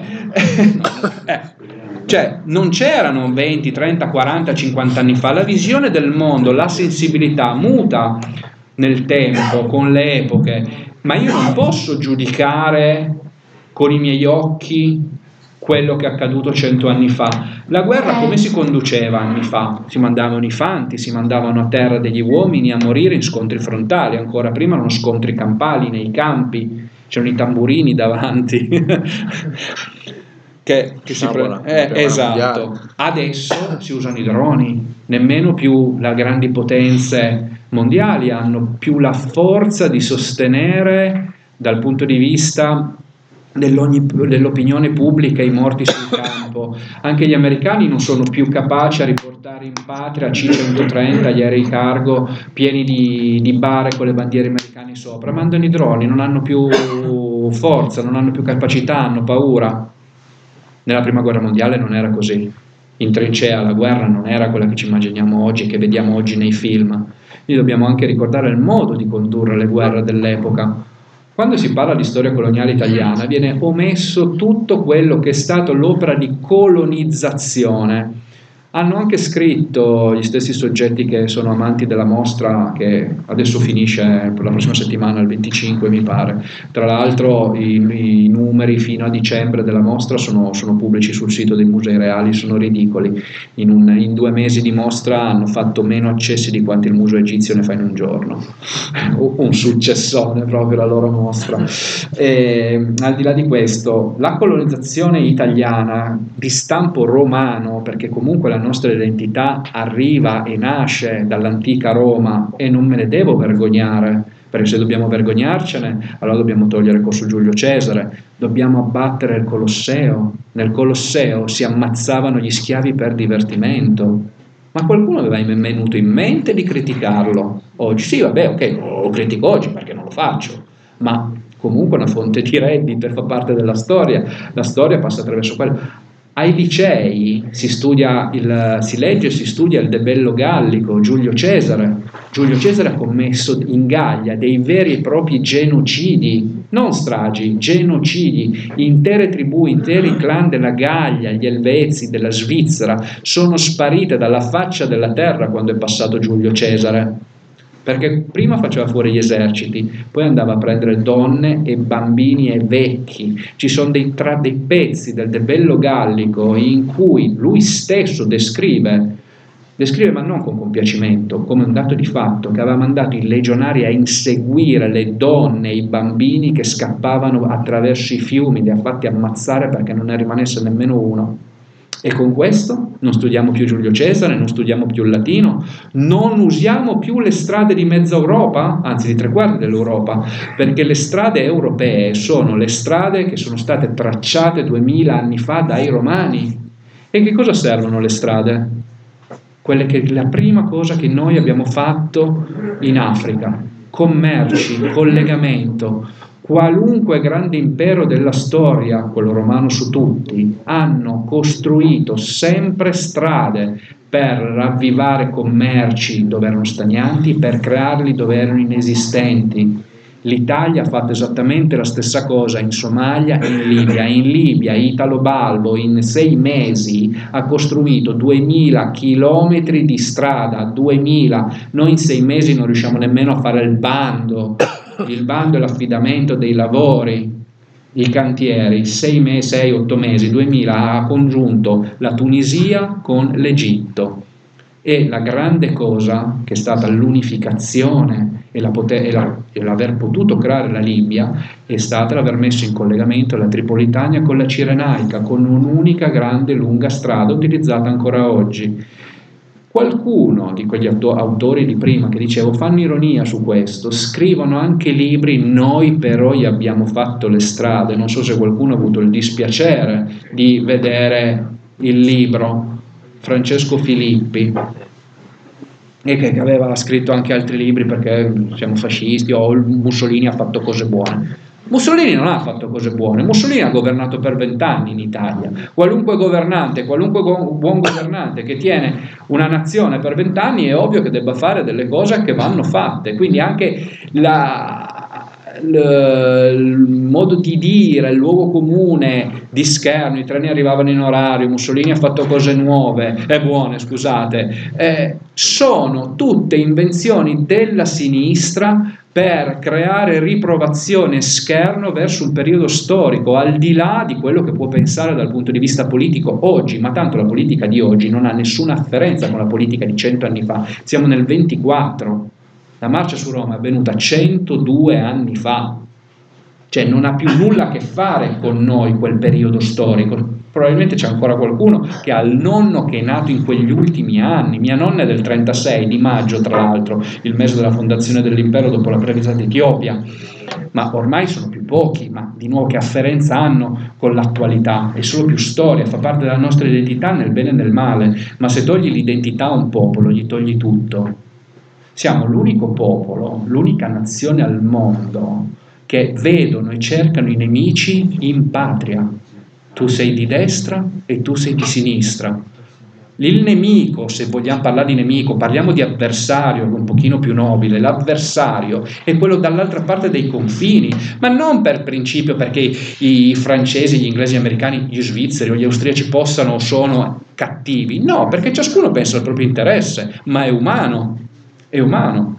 eh, Cioè, non c'erano venti, trenta, quaranta, cinquanta anni fa. La visione del mondo, la sensibilità muta nel tempo, con le epoche, ma io non posso giudicare con i miei occhi quello che è accaduto cento anni fa. La guerra come si conduceva anni fa? Si mandavano i fanti, si mandavano a terra degli uomini a morire in scontri frontali, ancora prima erano scontri campali nei campi, c'erano i tamburini davanti. Che, che si pre- eh, esatto. Adesso si usano i droni, nemmeno più le grandi potenze mondiali hanno più la forza di sostenere dal punto di vista dell'opinione pubblica i morti sul campo. Anche gli americani non sono più capaci a riportare in patria C centotrenta, gli aerei cargo pieni di, di bare con le bandiere americane sopra. Mandano i droni, non hanno più forza, non hanno più capacità, hanno paura. Nella prima guerra mondiale non era così. In trincea la guerra non era quella che ci immaginiamo oggi, che vediamo oggi nei film. Quindi dobbiamo anche ricordare il modo di condurre le guerre dell'epoca. Quando si parla di storia coloniale italiana viene omesso tutto quello che è stato l'opera di colonizzazione. Hanno anche scritto gli stessi soggetti che sono amanti della mostra, che adesso finisce per la prossima settimana, il venticinque mi pare. Tra l'altro i, i numeri fino a dicembre della mostra sono, sono pubblici sul sito dei Musei Reali, sono ridicoli. In, un, in due mesi di mostra hanno fatto meno accessi di quanti il Museo Egizio ne fa in un giorno. Un successone proprio la loro mostra. E, al di là di questo, la colonizzazione italiana di stampo romano, perché comunque la nostra identità arriva e nasce dall'antica Roma, e non me ne devo vergognare, perché se dobbiamo vergognarcene allora dobbiamo togliere Corso Giulio Cesare, dobbiamo abbattere il Colosseo. Nel Colosseo si ammazzavano gli schiavi per divertimento, ma qualcuno aveva venuto in mente di criticarlo? Oggi sì, vabbè, ok, lo critico oggi perché non lo faccio, ma comunque una fonte di reddito, fa parte della storia, la storia passa attraverso quello. Ai licei si studia il, si legge e si studia il debello gallico, Giulio Cesare. Giulio Cesare ha commesso in Gallia dei veri e propri genocidi, non stragi, genocidi. Intere tribù, interi clan della Gallia, gli Elvezi, della Svizzera, sono sparite dalla faccia della terra quando è passato Giulio Cesare. Perché prima faceva fuori gli eserciti, poi andava a prendere donne e bambini e vecchi. Ci sono dei, tra, dei pezzi del debello gallico in cui lui stesso descrive, descrive ma non con compiacimento, come un dato di fatto, che aveva mandato i legionari a inseguire le donne e i bambini che scappavano attraverso i fiumi, li ha fatti ammazzare perché non ne rimanesse nemmeno uno. E con questo non studiamo più Giulio Cesare, non studiamo più il latino, non usiamo più le strade di mezza Europa, anzi di tre quarti dell'Europa, perché le strade europee sono le strade che sono state tracciate duemila anni fa dai Romani. E che cosa servono le strade? quelle che la prima cosa che noi abbiamo fatto in Africa, commerci, collegamento. Qualunque grande impero della storia, quello romano su tutti, hanno costruito sempre strade per ravvivare commerci dove erano stagnanti, per crearli dove erano inesistenti. L'Italia ha fatto esattamente la stessa cosa in Somalia e in Libia. In Libia Italo Balbo in sei mesi ha costruito duemila chilometri di strada, duemila. Noi in sei mesi non riusciamo nemmeno a fare il bando, il bando è l'affidamento dei lavori, i cantieri, sei mesi, sei, otto mesi, duemila, ha congiunto la Tunisia con l'Egitto. E la grande cosa che è stata l'unificazione e, la poter, e, la, e l'aver potuto creare la Libia è stata l'aver messo in collegamento la Tripolitania con la Cirenaica, con un'unica grande lunga strada utilizzata ancora oggi. Qualcuno di quegli autori di prima che dicevo fanno ironia su questo, scrivono anche libri, noi però gli abbiamo fatto le strade. Non so se qualcuno ha avuto il dispiacere di vedere il libro Francesco Filippi, e che, che aveva scritto anche altri libri perché siamo fascisti o Mussolini ha fatto cose buone. Mussolini non ha fatto cose buone, Mussolini ha governato per vent'anni in Italia. Qualunque governante, qualunque go- buon governante che tiene una nazione per vent'anni è ovvio che debba fare delle cose che vanno fatte, quindi anche la... il modo di dire, il luogo comune di Scherno, i treni arrivavano in orario, Mussolini ha fatto cose nuove e eh, buone, scusate, eh, sono tutte invenzioni della sinistra per creare riprovazione e scherno verso un periodo storico, al di là di quello che può pensare dal punto di vista politico oggi, ma tanto la politica di oggi non ha nessuna afferenza con la politica di cento anni fa, siamo nel ventiquattro. La marcia su Roma è avvenuta centodue anni fa, cioè non ha più nulla a che fare con noi quel periodo storico. Probabilmente c'è ancora qualcuno che ha il nonno che è nato in quegli ultimi anni. Mia nonna è del trentasei, di maggio tra l'altro, il mese della fondazione dell'impero dopo la presa d'Etiopia, ma ormai sono più pochi, ma di nuovo che afferenza hanno con l'attualità? È solo più storia, fa parte della nostra identità nel bene e nel male, ma se togli l'identità a un popolo gli togli tutto. Siamo l'unico popolo, l'unica nazione al mondo che vedono e cercano i nemici in patria. Tu sei di destra e tu sei di sinistra. Il nemico, se vogliamo parlare di nemico, parliamo di avversario un pochino più nobile. L'avversario è quello dall'altra parte dei confini, ma non per principio perché i francesi, gli inglesi, gli americani, gli svizzeri o gli austriaci possano o sono cattivi. No, perché ciascuno pensa al proprio interesse, ma è umano. È umano.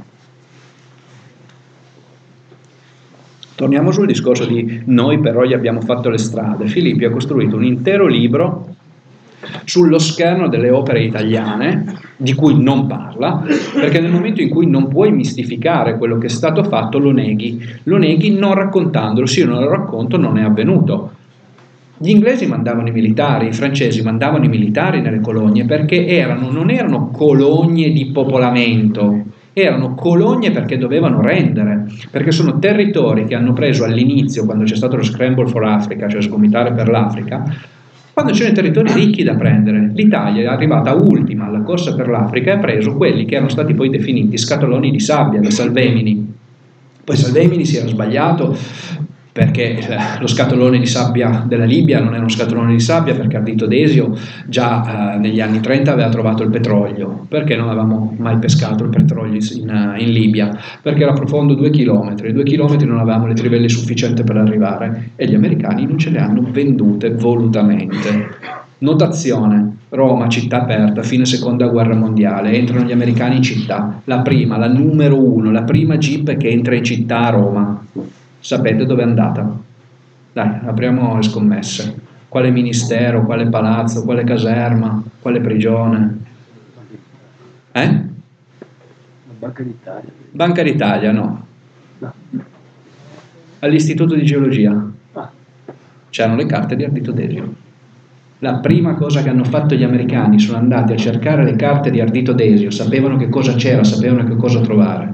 Torniamo sul discorso di noi però gli abbiamo fatto le strade. Filippi ha costruito un intero libro sullo scherno delle opere italiane, di cui non parla, perché nel momento in cui non puoi mistificare quello che è stato fatto lo neghi, lo neghi non raccontandolo. Se io non lo racconto non è avvenuto. Gli inglesi mandavano i militari, i francesi mandavano i militari nelle colonie perché erano, non erano colonie di popolamento, erano colonie perché dovevano rendere, perché sono territori che hanno preso all'inizio, quando c'è stato lo Scramble for Africa, cioè sgomitare per l'Africa, quando c'erano territori ricchi da prendere. L'Italia è arrivata ultima alla corsa per l'Africa e ha preso quelli che erano stati poi definiti scatoloni di sabbia da Salvemini. Poi Salvemini si era sbagliato, perché lo scatolone di sabbia della Libia non era uno scatolone di sabbia, perché Ardito Desio già eh, negli anni trenta aveva trovato il petrolio. Perché non avevamo mai pescato il petrolio in, in Libia? Perché era profondo due chilometri, due chilometri non avevamo le trivelle sufficienti per arrivare e gli americani non ce le hanno vendute volutamente. Notazione: Roma, città aperta, fine seconda guerra mondiale, entrano gli americani in città, la prima, la numero uno, la prima jeep che entra in città a Roma. Sapete dove è andata? Dai, apriamo le scommesse. Quale ministero, quale palazzo, quale caserma, quale prigione? Eh? La Banca d'Italia. Banca d'Italia, no. No. All'Istituto di Geologia. Ah. C'erano le carte di Ardito Desio. La prima cosa che hanno fatto gli americani, sono andati a cercare le carte di Ardito Desio, sapevano che cosa c'era, sapevano che cosa trovare.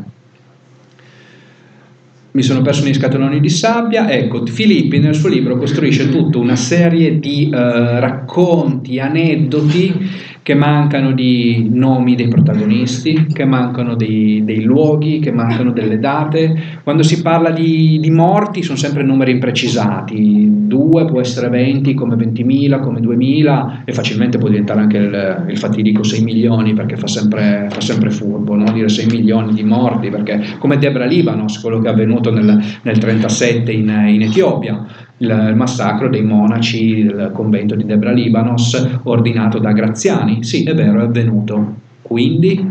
Mi sono perso nei scatoloni di sabbia. Ecco, Filippi nel suo libro costruisce tutta una serie di eh, racconti, aneddoti che mancano di nomi dei protagonisti, che mancano dei, dei luoghi, che mancano delle date. Quando si parla di, di morti sono sempre numeri imprecisati, due può essere venti, come ventimila, come duemila, e facilmente può diventare anche il, il fatidico sei milioni, perché fa sempre, fa sempre furbo, no? Dire sei milioni di morti, perché come Debra Libanos, quello che è avvenuto nel, nel trentasette in, in Etiopia, il, il massacro dei monaci del convento di Debra Libanos ordinato da Graziani. Sì, è vero, è avvenuto. Quindi?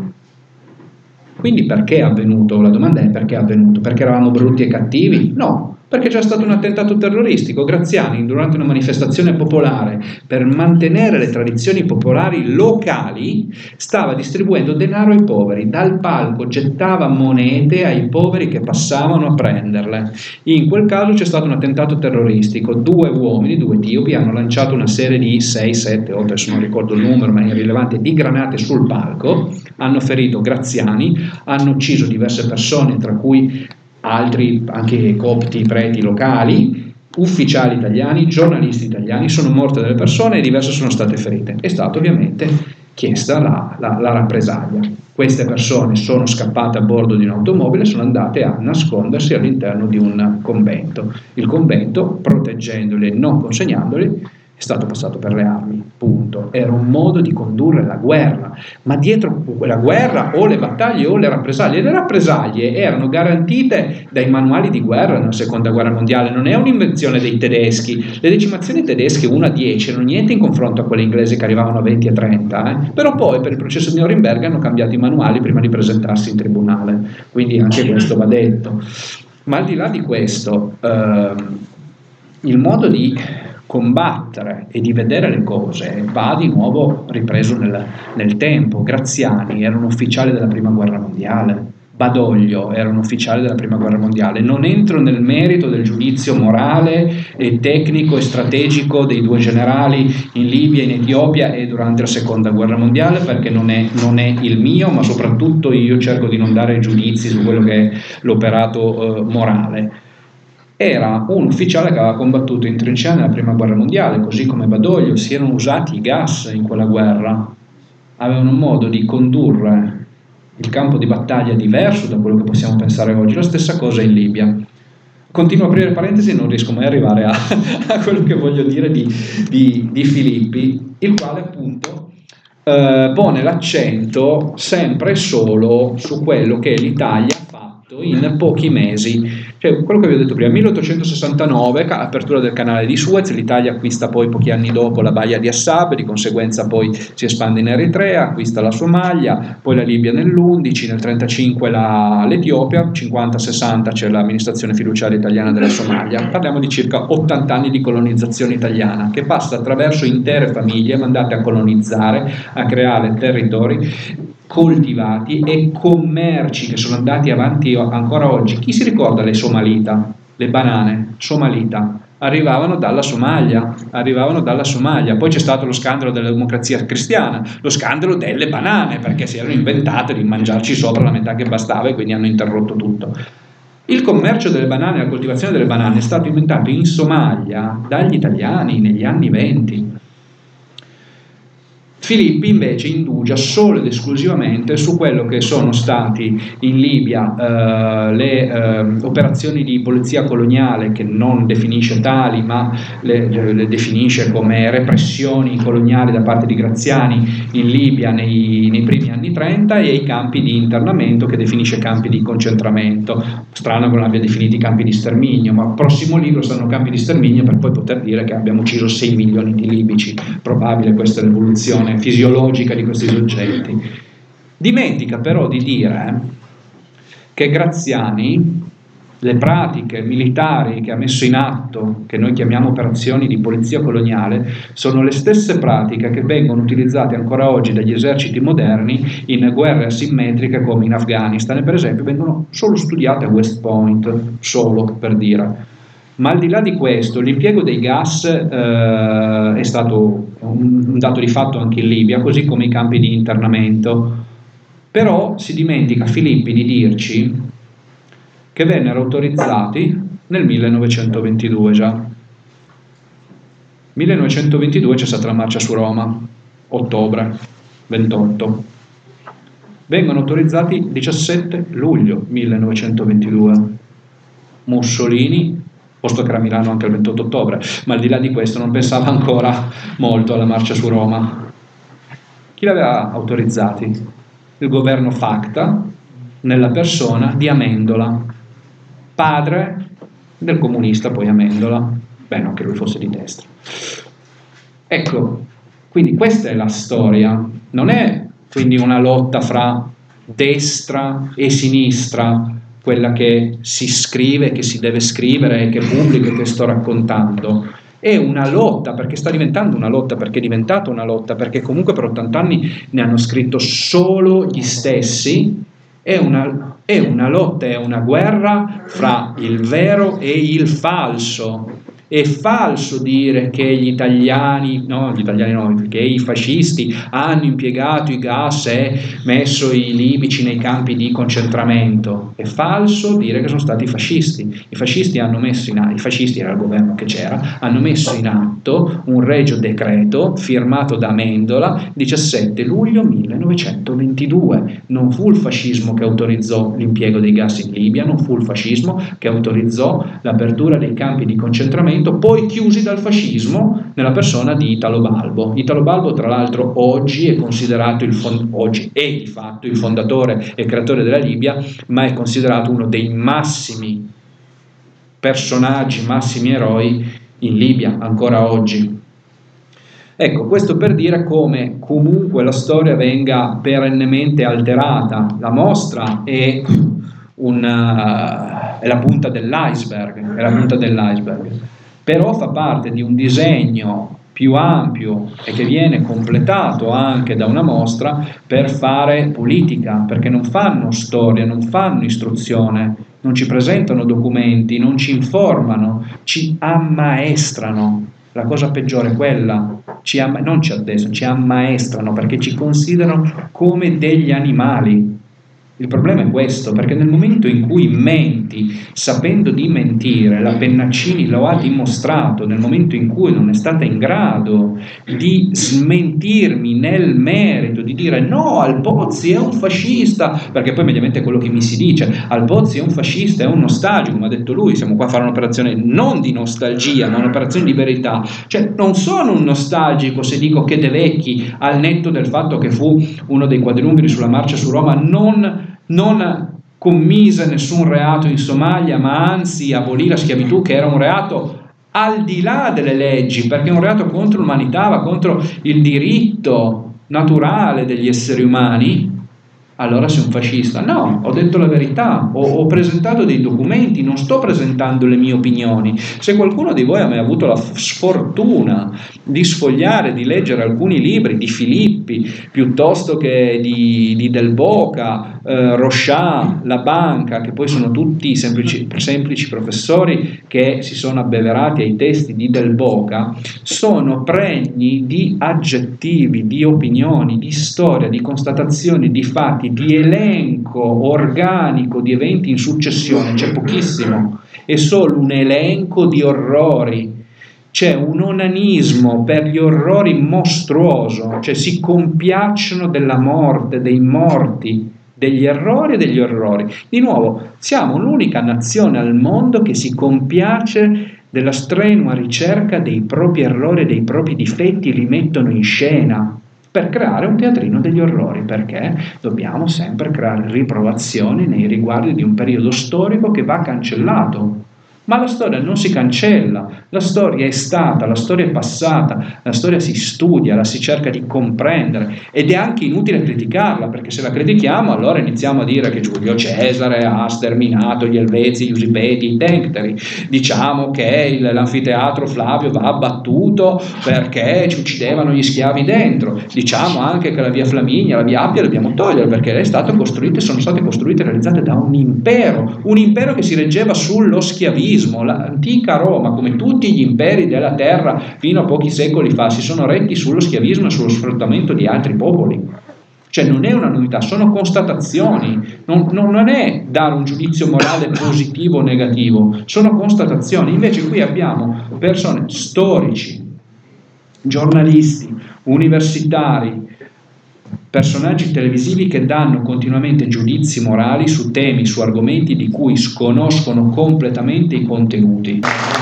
Quindi perché è avvenuto? La domanda è perché è avvenuto? Perché eravamo brutti e cattivi? No, perché c'è stato un attentato terroristico. Graziani, durante una manifestazione popolare, per mantenere le tradizioni popolari locali, stava distribuendo denaro ai poveri. Dal palco gettava monete ai poveri che passavano a prenderle. In quel caso c'è stato un attentato terroristico. Due uomini, due etiopi, hanno lanciato una serie di sei, sette, otto, adesso non ricordo il numero, ma è irrilevante, di granate sul palco, hanno ferito Graziani, hanno ucciso diverse persone, tra cui altri anche copti, preti locali, ufficiali italiani, giornalisti italiani. Sono morte delle persone e diverse sono state ferite. È stata ovviamente chiesta la, la, la rappresaglia. Queste persone sono scappate a bordo di un'automobile e sono andate a nascondersi all'interno di un convento. Il convento, proteggendoli e non consegnandoli, è stato passato per le armi, punto. Era un modo di condurre la guerra, ma dietro quella guerra o le battaglie o le rappresaglie. Le rappresaglie erano garantite dai manuali di guerra nella seconda guerra mondiale, non è un'invenzione dei tedeschi. Le decimazioni tedesche uno a dieci erano niente in confronto a quelle inglesi che arrivavano a venti a trenta, eh? Però poi per il processo di Norimberga hanno cambiato i manuali prima di presentarsi in tribunale, quindi anche questo va detto. Ma al di là di questo, ehm, il modo di combattere e di vedere le cose va di nuovo ripreso nel, nel tempo. Graziani era un ufficiale della prima guerra mondiale, Badoglio era un ufficiale della prima guerra mondiale. Non entro nel merito del giudizio morale e tecnico e strategico dei due generali in Libia, in Etiopia e durante la seconda guerra mondiale, perché non è, non è il mio, ma soprattutto io cerco di non dare giudizi su quello che è l'operato eh, morale. Era un ufficiale che aveva combattuto in trincea nella prima guerra mondiale, così come Badoglio. Si erano usati i gas in quella guerra, avevano un modo di condurre il campo di battaglia diverso da quello che possiamo pensare oggi. La stessa cosa in Libia. Continuo a aprire parentesi e non riesco mai ad arrivare a, a quello che voglio dire di, di, di Filippi, il quale appunto eh, pone l'accento sempre e solo su quello che l'Italia ha fatto in pochi mesi. Cioè, quello che vi ho detto prima, milleottocentosessantanove, apertura del canale di Suez, l'Italia acquista poi pochi anni dopo la baia di Assab, di conseguenza poi si espande in Eritrea, acquista la Somalia, poi la Libia nell'undici, nel trentacinque la, l'Etiopia, cinquanta sessanta c'è l'amministrazione fiduciaria italiana della Somalia. Parliamo di circa ottanta anni di colonizzazione italiana, che passa attraverso intere famiglie mandate a colonizzare, a creare territori coltivati e commerci che sono andati avanti ancora oggi. Chi si ricorda le somalita? Le banane somalita arrivavano dalla Somalia, arrivavano dalla Somalia. Poi c'è stato lo scandalo della democrazia cristiana, lo scandalo delle banane, perché si erano inventate di mangiarci sopra la metà che bastava e quindi hanno interrotto tutto. Il commercio delle banane, la coltivazione delle banane è stato inventato in Somalia dagli italiani negli anni venti. Filippi invece indugia solo ed esclusivamente su quello che sono stati in Libia eh, le eh, operazioni di polizia coloniale, che non definisce tali ma le, le, le definisce come repressioni coloniali da parte di Graziani in Libia nei, nei primi anni trenta, e i campi di internamento, che definisce campi di concentramento. Strano che non abbia definiti campi di sterminio, ma al prossimo libro saranno campi di sterminio per poi poter dire che abbiamo ucciso sei milioni di libici. Probabile questa è l'evoluzione fisiologica di questi soggetti. Dimentica però di dire che Graziani, le pratiche militari che ha messo in atto, che noi chiamiamo operazioni di polizia coloniale, sono le stesse pratiche che vengono utilizzate ancora oggi dagli eserciti moderni in guerre asimmetriche come in Afghanistan, e per esempio vengono solo studiate a West Point, solo per dire. Ma al di là di questo, l'impiego dei gas eh, è stato un, un dato di fatto anche in Libia, così come i campi di internamento. Però si dimentica Filippi di dirci che vennero autorizzati nel millenovecentoventidue già. millenovecentoventidue c'è stata la marcia su Roma, ottobre. ventotto. Vengono autorizzati il diciassette luglio millenovecentoventidue. Mussolini, posto che era a Milano anche il ventotto ottobre, ma al di là di questo non pensava ancora molto alla marcia su Roma. Chi l'aveva autorizzati? Il governo Facta, nella persona di Amendola, padre del comunista poi Amendola, beh, non che lui fosse di destra. Ecco, quindi questa è la storia, non è quindi una lotta fra destra e sinistra, quella che si scrive, che si deve scrivere e che pubblico e che sto raccontando. È una lotta, perché sta diventando una lotta, perché è diventata una lotta, perché comunque per ottanta anni ne hanno scritto solo gli stessi. È una, è una lotta, è una guerra fra il vero e il falso. È falso dire che gli italiani, no, gli italiani no, che i fascisti hanno impiegato i gas e messo i libici nei campi di concentramento. È falso dire che sono stati i fascisti. I fascisti hanno messo in atto, i fascisti era il governo che c'era, hanno messo in atto un regio decreto firmato da Amendola diciassette luglio millenovecentoventidue. Non fu il fascismo che autorizzò l'impiego dei gas in Libia, non fu il fascismo che autorizzò l'apertura dei campi di concentramento poi chiusi dal fascismo nella persona di Italo Balbo. Italo Balbo, tra l'altro, oggi è considerato il fond- oggi è di fatto il fondatore e creatore della Libia, ma è considerato uno dei massimi personaggi, massimi eroi in Libia ancora oggi. Ecco, questo per dire come comunque la storia venga perennemente alterata. La mostra è una, è la punta dell'iceberg, è la punta dell'iceberg. Però fa parte di un disegno più ampio e che viene completato anche da una mostra per fare politica, perché non fanno storia, non fanno istruzione, non ci presentano documenti, non ci informano, ci ammaestrano. La cosa peggiore è quella, ci amma- non ci addestrano, ci ammaestrano perché ci considerano come degli animali. Il problema è questo, perché nel momento in cui menti, sapendo di mentire, la Pennaccini lo ha dimostrato, nel momento in cui non è stata in grado di smentirmi nel merito, di dire no, Albozzi è un fascista, perché poi mediamente è quello che mi si dice, Albozzi è un fascista, è un nostalgico, come ha detto lui, siamo qua a fare un'operazione non di nostalgia, ma un'operazione di verità, cioè non sono un nostalgico se dico che De Vecchi, al netto del fatto che fu uno dei quadriumviri sulla marcia su Roma, non non commise nessun reato in Somalia, ma anzi abolì la schiavitù, che era un reato al di là delle leggi, perché è un reato contro l'umanità, va contro il diritto naturale degli esseri umani. Allora sei un fascista. No, ho detto la verità, ho, ho presentato dei documenti, non sto presentando le mie opinioni. Se qualcuno di voi ha mai avuto la sfortuna di sfogliare, di leggere alcuni libri di Filippi, piuttosto che di, di Del Boca, eh, Rochat, La Banca, che poi sono tutti semplici, semplici professori che si sono abbeverati ai testi di Del Boca, sono pregni di aggettivi, di opinioni, di storia, di constatazioni, di fatti, di elenco organico di eventi in successione. C'è pochissimo, è solo un elenco di orrori, c'è un onanismo per gli orrori mostruoso, cioè si compiacciono della morte, dei morti, degli errori e degli orrori. Di nuovo, siamo l'unica nazione al mondo che si compiace della strenua ricerca dei propri errori e dei propri difetti, li mettono in scena per creare un teatrino degli orrori, perché dobbiamo sempre creare riprovazioni nei riguardi di un periodo storico che va cancellato. Ma la storia non si cancella, la storia è stata, la storia è passata, la storia si studia, la si cerca di comprendere, ed è anche inutile criticarla, perché se la critichiamo allora iniziamo a dire che Giulio Cesare ha sterminato gli Elvezi, gli Usipeti, i Tencteri, diciamo che il, l'anfiteatro Flavio va abbattuto perché ci uccidevano gli schiavi dentro, diciamo anche che la via Flaminia, la via Appia dobbiamo togliere perché è stato costruite, sono state costruite e realizzate da un impero, un impero che si reggeva sullo schiavismo. L'antica Roma, come tutti gli imperi della terra fino a pochi secoli fa, si sono retti sullo schiavismo e sullo sfruttamento di altri popoli. Cioè non è una novità, sono constatazioni, non, non, non è dare un giudizio morale positivo o negativo, sono constatazioni. Invece qui abbiamo persone, storici, giornalisti, universitari, personaggi televisivi che danno continuamente giudizi morali su temi, su argomenti di cui sconoscono completamente i contenuti.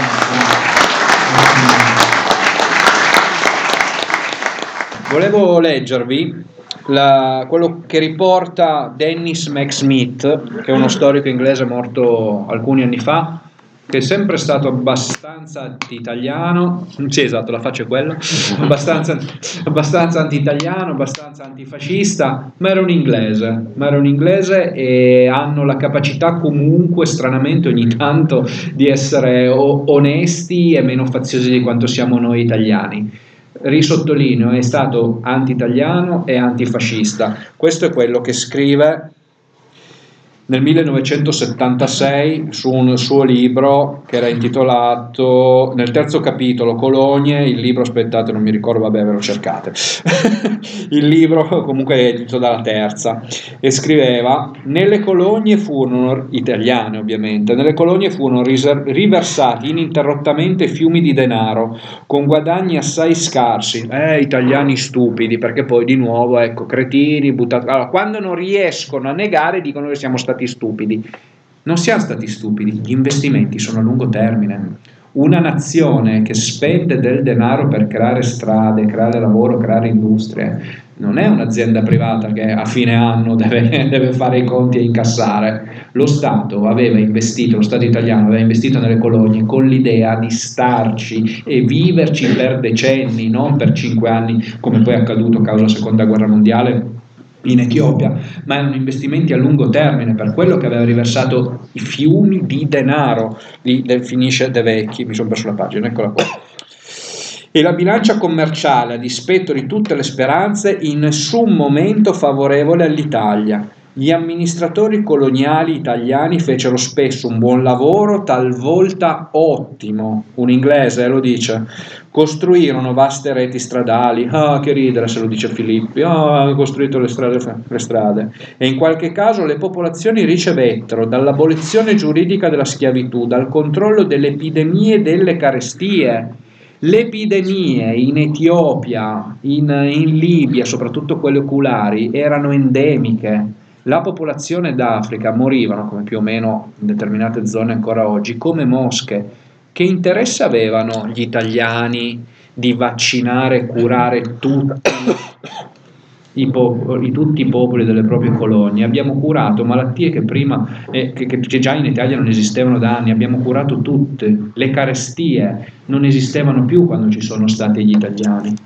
Volevo leggervi la, quello che riporta Dennis McSmith, che è uno storico inglese morto alcuni anni fa, che è sempre stato abbastanza anti-italiano, sì esatto, la faccia è quella, abbastanza, abbastanza anti-italiano, abbastanza antifascista, ma era un inglese, ma era un inglese e hanno la capacità comunque, stranamente ogni tanto, di essere o- onesti e meno faziosi di quanto siamo noi italiani. Risottolineo, è stato anti-italiano e antifascista. Questo è quello che scrive nel millenovecentosettantasei su un suo libro che era intitolato, nel terzo capitolo, Colonie, il libro, aspettate non mi ricordo, vabbè ve lo cercate il libro comunque è edito dalla Terza, e scriveva: nelle colonie furono, italiane ovviamente, nelle colonie furono riser- riversati ininterrottamente fiumi di denaro con guadagni assai scarsi, eh italiani stupidi, perché poi di nuovo ecco cretini buttati, allora quando non riescono a negare dicono che siamo stati stupidi. Non siamo stati stupidi, gli investimenti sono a lungo termine. Una nazione che spende del denaro per creare strade, creare lavoro, creare industrie, non è un'azienda privata che a fine anno deve, deve fare i conti e incassare. Lo Stato aveva investito, lo Stato italiano aveva investito nelle colonie con l'idea di starci e viverci per decenni, non per cinque anni come poi è accaduto a causa della seconda guerra mondiale in Etiopia, ma erano investimenti a lungo termine, per quello che aveva riversato i fiumi di denaro. Lì finisce De Vecchi, mi sono perso la pagina, eccola qua. E la bilancia commerciale, a dispetto di tutte le speranze, in nessun momento favorevole all'Italia. Gli amministratori coloniali italiani fecero spesso un buon lavoro, talvolta ottimo, un inglese lo dice, costruirono vaste reti stradali, ah che ridere se lo dice Filippi, ah hanno costruito le strade, le strade, e in qualche caso le popolazioni ricevettero dall'abolizione giuridica della schiavitù, dal controllo delle epidemie e delle carestie. Le epidemie in Etiopia, in, in Libia, soprattutto quelle oculari, erano endemiche. La popolazione d'Africa morivano, come più o meno in determinate zone ancora oggi, come mosche. Che interesse avevano gli italiani di vaccinare e curare tutti i, popoli, tutti i popoli delle proprie colonie? Abbiamo curato malattie che prima, eh, che, che già in Italia non esistevano da anni, abbiamo curato tutte. Le carestie non esistevano più quando ci sono stati gli italiani.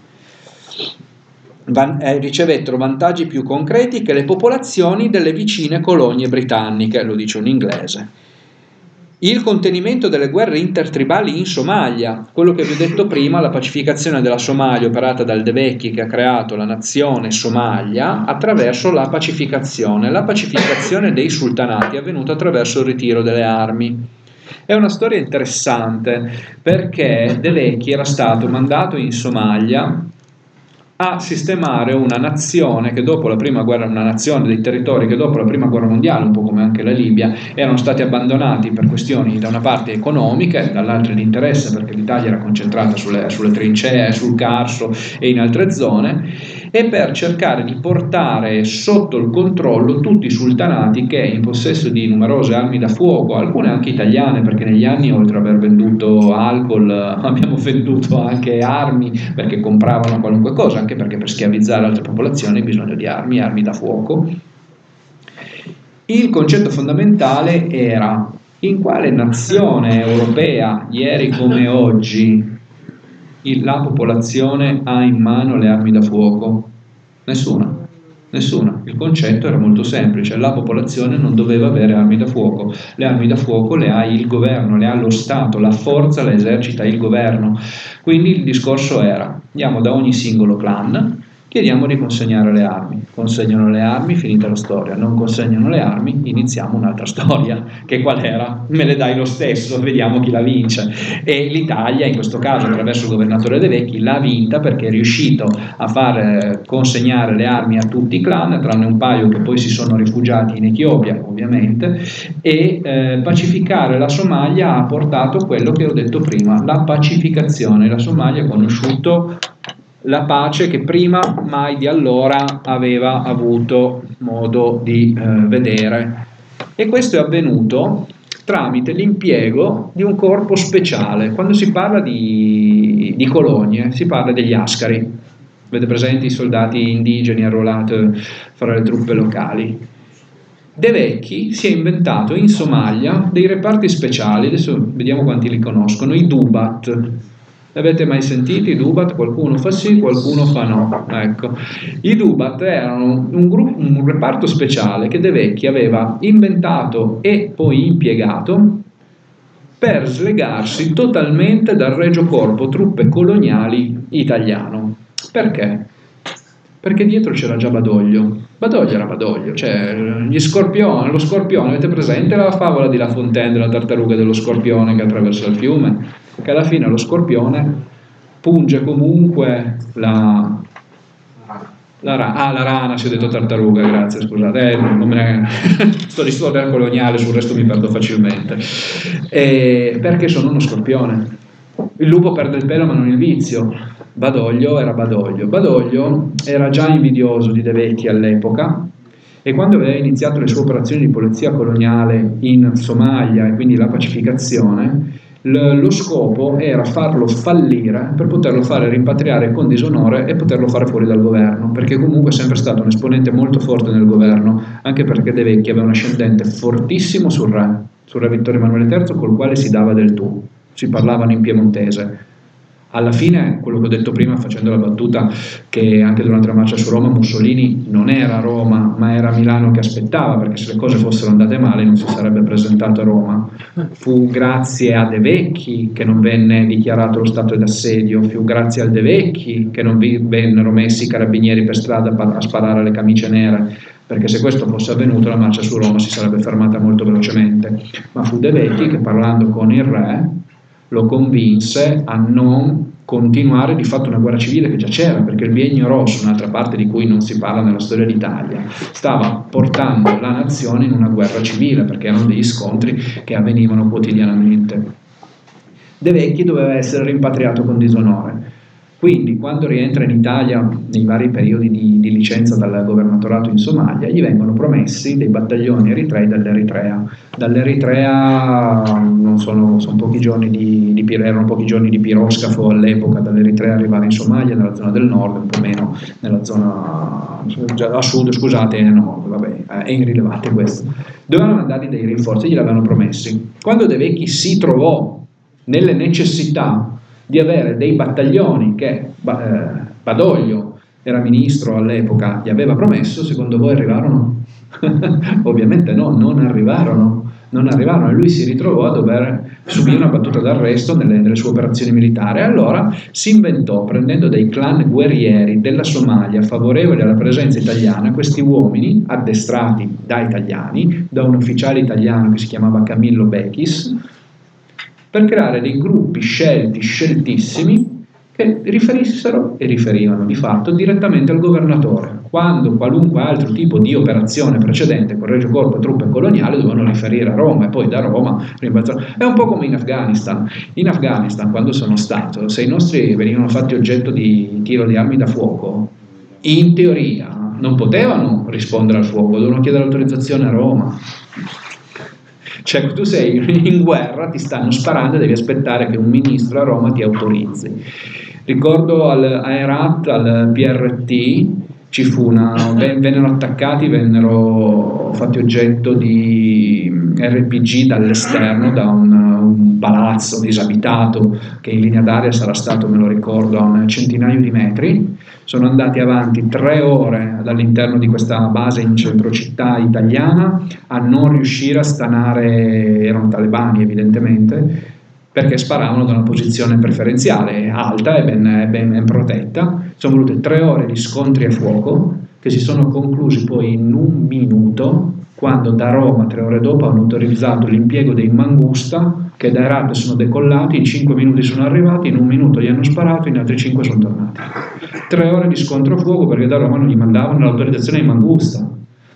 Van, eh, ricevettero vantaggi più concreti che le popolazioni delle vicine colonie britanniche, lo dice un inglese. Il contenimento delle guerre intertribali in Somalia, quello che vi ho detto prima, la pacificazione della Somalia operata dal De Vecchi, che ha creato la nazione Somalia attraverso la pacificazione. La pacificazione dei sultanati è avvenuta attraverso il ritiro delle armi. È una storia interessante perché De Vecchi era stato mandato in Somalia a sistemare una nazione che dopo la prima guerra, una nazione dei territori che dopo la prima guerra mondiale, un po' come anche la Libia, erano stati abbandonati per questioni da una parte economiche, dall'altra di interesse, perché l'Italia era concentrata sulle, sulle trincee, sul Carso e in altre zone, e per cercare di portare sotto il controllo tutti i sultanati che in possesso di numerose armi da fuoco, alcune anche italiane, perché negli anni oltre ad aver venduto alcol abbiamo venduto anche armi, perché compravano qualunque cosa, anche perché per schiavizzare altre popolazioni hai bisogno di armi, armi da fuoco. Il concetto fondamentale era: in quale nazione europea, ieri come oggi, la popolazione ha in mano le armi da fuoco? Nessuna. Nessuna. Il concetto era molto semplice: la popolazione non doveva avere armi da fuoco. Le armi da fuoco le ha il governo, le ha lo Stato, la forza la esercita il governo. Quindi il discorso era: andiamo da ogni singolo clan, chiediamo di consegnare le armi. Consegnano le armi, finita la storia. Non consegnano le armi, iniziamo un'altra storia. Che qual era? Me le dai lo stesso, vediamo chi la vince. E l'Italia, in questo caso attraverso il governatore De Vecchi, l'ha vinta perché è riuscito a far consegnare le armi a tutti i clan, tranne un paio che poi si sono rifugiati in Etiopia, ovviamente, e eh, pacificare la Somalia ha portato quello che ho detto prima, la pacificazione. La Somalia ha conosciuto la pace che prima mai di allora aveva avuto modo di eh, vedere. E questo è avvenuto tramite l'impiego di un corpo speciale. Quando si parla di, di colonie, si parla degli ascari. Avete presenti i soldati indigeni arruolati fra le truppe locali? De Vecchi si è inventato in Somalia dei reparti speciali, adesso vediamo quanti li conoscono, i Dubat. Li avete mai sentiti i Dubat? Qualcuno fa sì, qualcuno fa no. Ecco. I Dubat erano un, gruppo, un reparto speciale che De Vecchi aveva inventato e poi impiegato per slegarsi totalmente dal Regio Corpo truppe coloniali italiano. Perché? Perché dietro c'era già Badoglio. Badoglio era Badoglio, cioè gli scorpioni, lo scorpione, avete presente la favola di La Fontaine della tartaruga e dello scorpione che attraversa il fiume? Che alla fine lo scorpione punge comunque la, la, ra- ah, la rana, si è detto tartaruga, grazie, scusate, eh, non me ne... sto di storia coloniale, sul resto mi perdo facilmente, e perché sono uno scorpione. Il lupo perde il pelo ma non il vizio. Badoglio era Badoglio. Badoglio era già invidioso di De Vecchi all'epoca e quando aveva iniziato le sue operazioni di polizia coloniale in Somalia e quindi la pacificazione, l- lo scopo era farlo fallire per poterlo fare rimpatriare con disonore e poterlo fare fuori dal governo, perché comunque è sempre stato un esponente molto forte nel governo, anche perché De Vecchi aveva un ascendente fortissimo sul re, sul re Vittorio Emanuele terzo, col quale si dava del tu, si parlavano in piemontese. Alla fine, quello che ho detto prima facendo la battuta che anche durante la marcia su Roma Mussolini non era a Roma ma era a Milano che aspettava, perché se le cose fossero andate male non si sarebbe presentato a Roma. Fu grazie a De Vecchi che non venne dichiarato lo stato d'assedio, fu grazie a De Vecchi che non vi vennero messi i carabinieri per strada a sparare alle camicie nere, perché se questo fosse avvenuto la marcia su Roma si sarebbe fermata molto velocemente. Ma fu De Vecchi che, parlando con il re, lo convinse a non continuare di fatto una guerra civile che già c'era, perché il Biennio Rosso, un'altra parte di cui non si parla nella storia d'Italia, stava portando la nazione in una guerra civile, perché erano degli scontri che avvenivano quotidianamente. De Vecchi doveva essere rimpatriato con disonore. Quindi quando rientra in Italia nei vari periodi di, di licenza dal governatorato in Somalia gli vengono promessi dei battaglioni eritrei dall'Eritrea. Dall'Eritrea non sono, sono pochi giorni di, di, erano pochi giorni di piroscafo all'epoca dall'Eritrea arrivare in Somalia, nella zona del nord, un po' meno nella zona a sud, scusate, no, vabbè, è irrilevante questo. Dovevano mandargli dei rinforzi, gliel'avevano promessi. Quando De Vecchi si trovò nelle necessità di avere dei battaglioni che eh, Badoglio era ministro all'epoca gli aveva promesso, secondo voi arrivarono? Ovviamente no, non arrivarono, non arrivarono e lui si ritrovò a dover subire una battuta d'arresto nelle, nelle sue operazioni militari. Allora si inventò, prendendo dei clan guerrieri della Somalia favorevoli alla presenza italiana, questi uomini addestrati da italiani, da un ufficiale italiano che si chiamava Camillo Bechis, per creare dei gruppi scelti, sceltissimi, che riferissero e riferivano di fatto direttamente al governatore, quando qualunque altro tipo di operazione precedente con Regio Corpo e truppe coloniali dovevano riferire a Roma e poi da Roma rimbalzare. È un po' come in Afghanistan. In Afghanistan, quando sono stato, se i nostri venivano fatti oggetto di tiro di armi da fuoco, in teoria non potevano rispondere al fuoco, dovevano chiedere l'autorizzazione a Roma. Cioè tu sei in guerra, ti stanno sparando e devi aspettare che un ministro a Roma ti autorizzi. Ricordo al, a Herat, al P R T, ci fu una, vennero attaccati, vennero fatti oggetto di R P G dall'esterno, da un, un palazzo disabitato che in linea d'aria sarà stato, me lo ricordo, a un centinaio di metri. Sono andati avanti tre ore dall'interno di questa base in centro città italiana a non riuscire a stanare, erano talebani evidentemente, perché sparavano da una posizione preferenziale alta e ben, ben, ben protetta. Sono volute tre ore di scontri a fuoco che si sono conclusi poi in un minuto, quando da Roma tre ore dopo hanno autorizzato l'impiego dei Mangusta, che da Herat sono decollati, in cinque minuti sono arrivati, in un minuto gli hanno sparato, in altri cinque sono tornati. Tre ore di scontro a fuoco perché da Roma non gli mandavano l'autorizzazione ai Mangusta.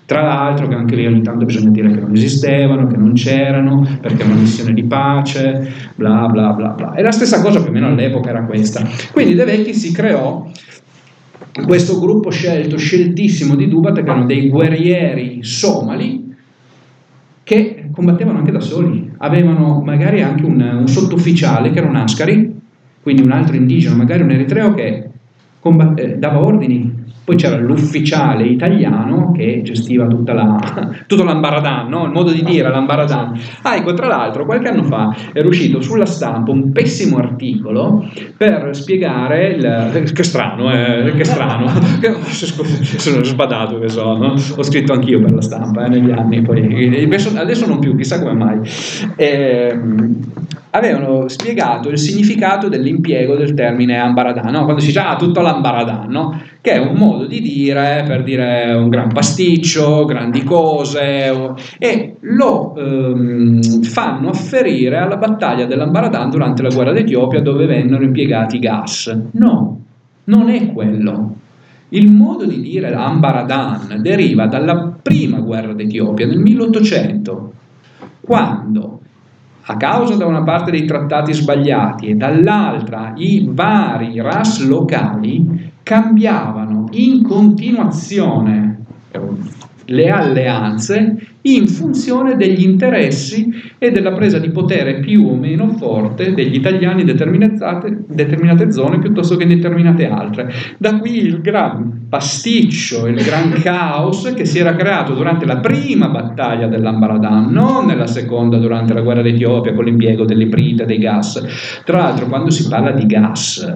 Tra l'altro che anche lì ogni tanto bisogna dire che non esistevano, che non c'erano, perché è una missione di pace, bla bla bla bla. E la stessa cosa più o meno all'epoca era questa. Quindi De Vecchi si creò questo gruppo scelto, sceltissimo di Dubat, che erano dei guerrieri somali che combattevano anche da soli. Avevano magari anche un, un sottufficiale che era un Ascari, quindi un altro indigeno, magari un eritreo che combatte, dava ordini. Poi c'era l'ufficiale italiano che gestiva tutta la, tutto l'ambaradan, no? Il modo di dire l'ambaradan. Ah, ecco, tra l'altro qualche anno fa era uscito sulla stampa un pessimo articolo per spiegare il, che strano, eh, che strano, sono sbadato che so, no? Ho scritto anch'io per la stampa eh, negli anni, poi adesso non più, chissà come mai. Eh, avevano spiegato il significato dell'impiego del termine ambaradan, no? Quando si dice ah, tutto l'ambaradan, no? Che è un modo di dire per dire un gran pasticcio, grandi cose, e lo ehm, fanno afferire alla battaglia dell'Ambaradan durante la guerra d'Etiopia, dove vennero impiegati gas. No, non è quello. Il modo di dire Ambaradan deriva dalla prima guerra d'Etiopia nel milleottocento, quando, a causa da una parte dei trattati sbagliati e dall'altra i vari ras locali cambiavano in continuazione le alleanze in funzione degli interessi e della presa di potere più o meno forte degli italiani in determinate, determinate zone piuttosto che in determinate altre. Da qui il gran pasticcio, il gran caos che si era creato durante la prima battaglia dell'Ambaradan, non nella seconda durante la guerra d'Etiopia con l'impiego dell'iprite, dei gas. Tra l'altro, quando si parla di gas,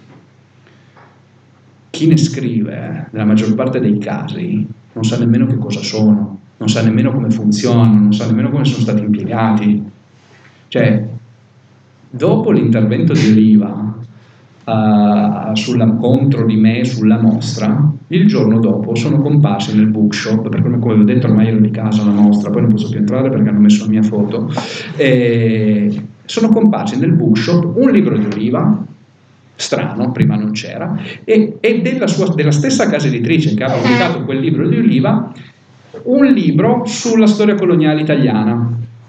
chi ne scrive, nella maggior parte dei casi, non sa nemmeno che cosa sono, non sa nemmeno come funzionano, non sa nemmeno come sono stati impiegati. Cioè, dopo l'intervento di Oliva uh, sulla, contro di me sulla mostra, il giorno dopo sono comparsi nel bookshop, perché come vi ho detto ormai ero di casa alla mostra, poi non posso più entrare perché hanno messo la mia foto, e sono comparsi nel bookshop un libro di Oliva, strano, prima non c'era, e, e della, sua, della stessa casa editrice che ha pubblicato quel libro di Oliva, un libro sulla storia coloniale italiana,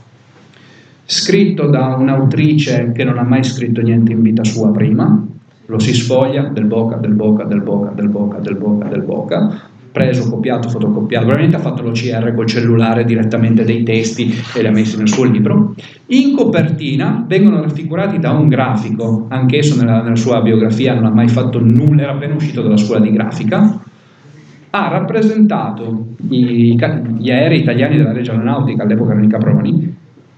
scritto da un'autrice che non ha mai scritto niente in vita sua prima, lo si sfoglia del Boca, del Boca, del Boca, del Boca, del Boca, del Boca, preso, copiato, fotocopiato, veramente ha fatto l'O C R col cellulare direttamente dei testi e li ha messi nel suo libro. In copertina vengono raffigurati da un grafico, anch'esso nella, nella sua biografia non ha mai fatto nulla, era appena uscito dalla scuola di grafica, ha rappresentato i, gli aerei italiani della Regia Aeronautica, all'epoca erano i Caproni,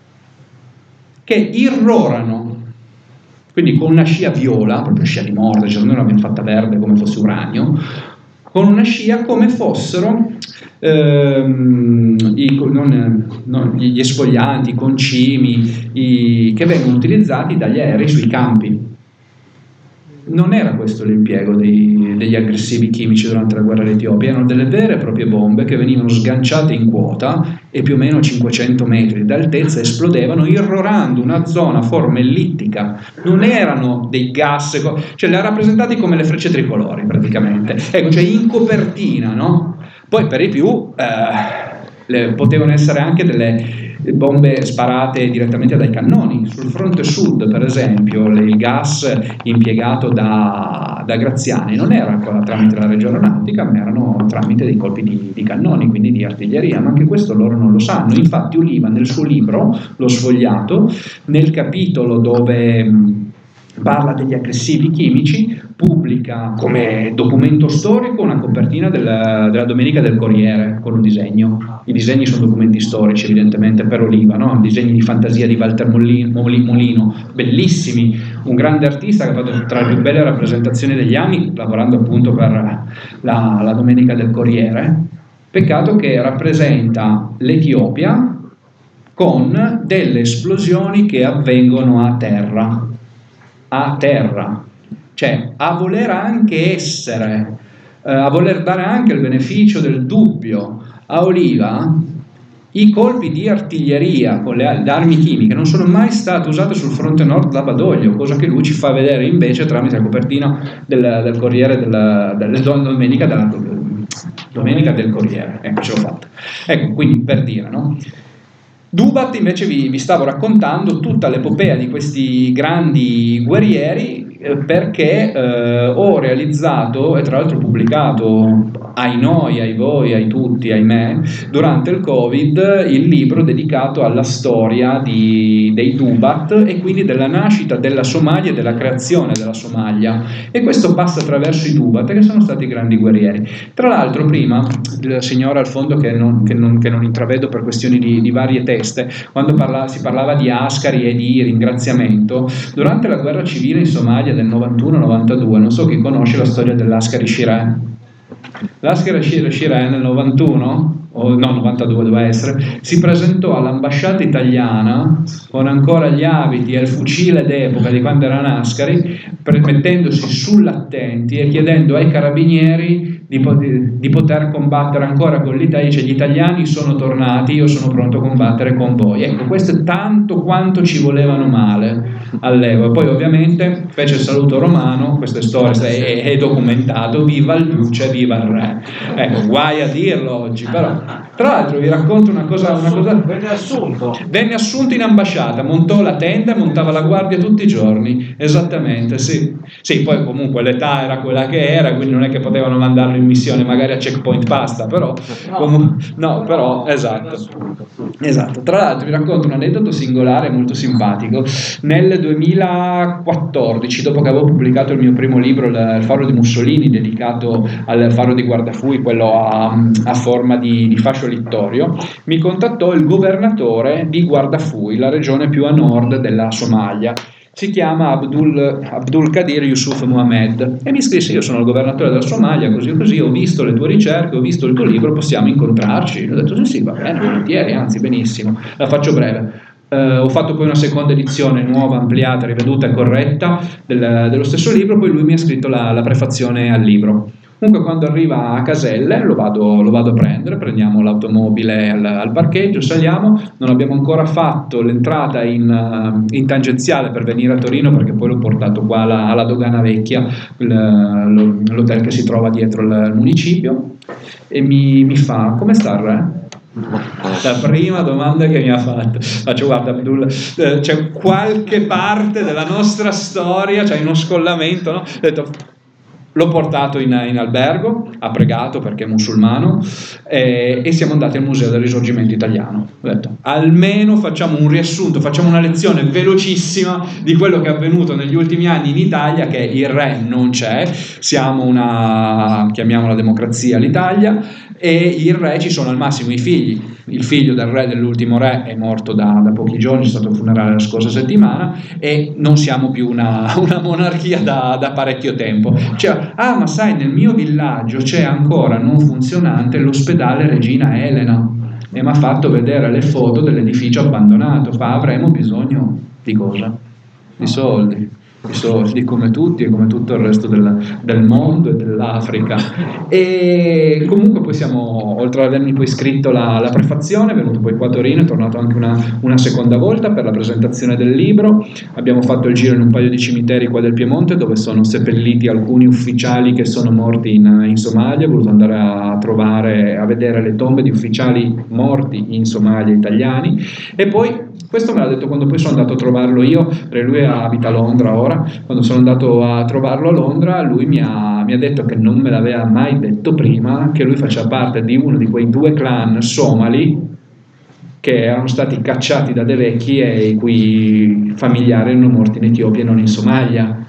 che irrorano, quindi con una scia viola, proprio scia di morte, cioè noi l'abbiamo fatta verde come fosse uranio, con una scia come fossero ehm, i, non, non, gli esfolianti, i concimi, i, che vengono utilizzati dagli aerei sui campi. Non era questo l'impiego dei, degli aggressivi chimici durante la guerra d'Etiopia, erano delle vere e proprie bombe che venivano sganciate in quota e più o meno cinquecento metri d'altezza esplodevano irrorando una zona a forma ellittica. Non erano dei gas, cioè le ha rappresentati come le frecce tricolori praticamente. Ecco, cioè in copertina, no? Poi per i più eh, le, potevano essere anche delle bombe sparate direttamente dai cannoni. Sul fronte sud, per esempio, il gas impiegato da, da Graziani non era tramite la Regia Aeronautica, ma erano tramite dei colpi di, di cannoni, quindi di artiglieria, ma anche questo loro non lo sanno. Infatti Oliva nel suo libro, L'ho sfogliato, nel capitolo dove mh, parla degli aggressivi chimici, pubblica come documento storico una copertina della, della Domenica del Corriere con un disegno. I disegni sono documenti storici evidentemente per Oliva, no? Disegni di fantasia di Walter Molino, Molino, bellissimi, un grande artista che ha fatto tra le più belle rappresentazioni degli anni lavorando appunto per la, la Domenica del Corriere. Peccato che rappresenta l'Etiopia con delle esplosioni che avvengono a terra, a terra, cioè a voler anche essere, eh, a voler dare anche il beneficio del dubbio a Oliva, i colpi di artiglieria con le armi chimiche non sono mai state usate sul fronte nord da Badoglio, cosa che lui ci fa vedere invece tramite la copertina del, del Corriere della, della Domenica della, Domenica del Corriere, ecco, ce l'ho fatta. Ecco, quindi per dire, no? Dubat invece vi, vi stavo raccontando tutta l'epopea di questi grandi guerrieri eh, perché eh, ho realizzato, e tra l'altro pubblicato ai noi, ai voi, ai tutti, ai me, durante il Covid, il libro dedicato alla storia di, dei Dubat e quindi della nascita della Somalia e della creazione della Somalia. E questo passa attraverso i Dubat, che sono stati grandi guerrieri. Tra l'altro prima, il signore al fondo, che non, che non, che non intravedo per questioni di, di varie teste, quando parla, si parlava di Ascari e di ringraziamento, durante la guerra civile in Somalia del novantuno novantadue, non so chi conosce la storia dell'Ascari Shiren. L'Ascari Shiren nel novantuno, o no, novantadue doveva essere, si presentò all'ambasciata italiana con ancora gli abiti e il fucile d'epoca di quando era Ascari, mettendosi sull'attenti e chiedendo ai carabinieri di, di poter combattere ancora con l'Italia. Dice: gli italiani sono tornati, io sono pronto a combattere con voi. Ecco, questo è tanto quanto ci volevano male all'epoca. Poi ovviamente fece il saluto romano, questa storia è, è documentato, viva il duce, viva il re. Ecco, guai a dirlo oggi, però. Tra l'altro vi racconto una cosa, una cosa. Venne assunto. Venne assunto in ambasciata, montò la tenda, montava la guardia tutti i giorni, esattamente, sì. Sì, poi comunque l'età era quella che era, quindi non è che potevano mandarlo in missione magari a Checkpoint Pasta, però comunque, no, però esatto. Esatto. Tra l'altro vi racconto un aneddoto singolare molto simpatico. Nel duemilaquattordici, dopo che avevo pubblicato il mio primo libro, Il faro di Mussolini, dedicato al faro di Guardafui, quello a, a forma di, di fascio littorio, mi contattò il governatore di Guardafui, la regione più a nord della Somalia. Si chiama Abdul, Abdul Qadir Yusuf Mohammed, e mi scrisse: io sono il governatore della Somalia, così o così, ho visto le tue ricerche, ho visto il tuo libro, possiamo incontrarci? Ho detto: sì, sì, va bene, volentieri, anzi benissimo, la faccio breve. Uh, ho fatto poi una seconda edizione nuova, ampliata, riveduta e corretta del, dello stesso libro. Poi lui mi ha scritto la, la prefazione al libro. Comunque quando arriva a Caselle lo vado, lo vado a prendere, prendiamo l'automobile al, al parcheggio, saliamo, non abbiamo ancora fatto l'entrata in, in tangenziale per venire a Torino, perché poi l'ho portato qua alla, alla Dogana Vecchia, il, l'hotel che si trova dietro il municipio, e mi, mi fa: come sta il re? La prima domanda che mi ha fatto. Faccio: guarda Abdul, eh, c'è qualche parte della nostra storia, c'è uno scollamento, no? Ho detto: l'ho portato in, in albergo, ha pregato perché è musulmano, eh, e siamo andati al Museo del Risorgimento Italiano. Ho detto: almeno facciamo un riassunto, facciamo una lezione velocissima di quello che è avvenuto negli ultimi anni in Italia, che il re non c'è, siamo una, chiamiamola democrazia l'Italia, e il re ci sono al massimo i figli. Il figlio del re, dell'ultimo re, è morto da, da pochi giorni, c'è stato il funerale la scorsa settimana, e non siamo più una, una monarchia da, da parecchio tempo. Cioè, ah, ma sai, nel mio villaggio c'è ancora non funzionante l'ospedale Regina Elena, e mi ha fatto vedere le foto dell'edificio abbandonato. Fa: avremo bisogno di cosa? Di soldi. Di soldi, come tutti e come tutto il resto del, del mondo e dell'Africa. E comunque poi siamo, oltre ad avermi poi scritto la, la prefazione, è venuto poi qua a Torino, è tornato anche una, una seconda volta per la presentazione del libro. Abbiamo fatto il giro in un paio di cimiteri qua del Piemonte, dove sono seppelliti alcuni ufficiali che sono morti in, in Somalia. Ho voluto andare a trovare, a vedere le tombe di ufficiali morti in Somalia italiani. E poi questo me l'ha detto quando poi sono andato a trovarlo io, perché lui abita a Londra ora. Quando sono andato a trovarlo a Londra, lui mi ha, mi ha detto, che non me l'aveva mai detto prima, che lui faceva parte di uno di quei due clan somali che erano stati cacciati da dei vecchi e i cui familiari erano morti in Etiopia e non in Somalia.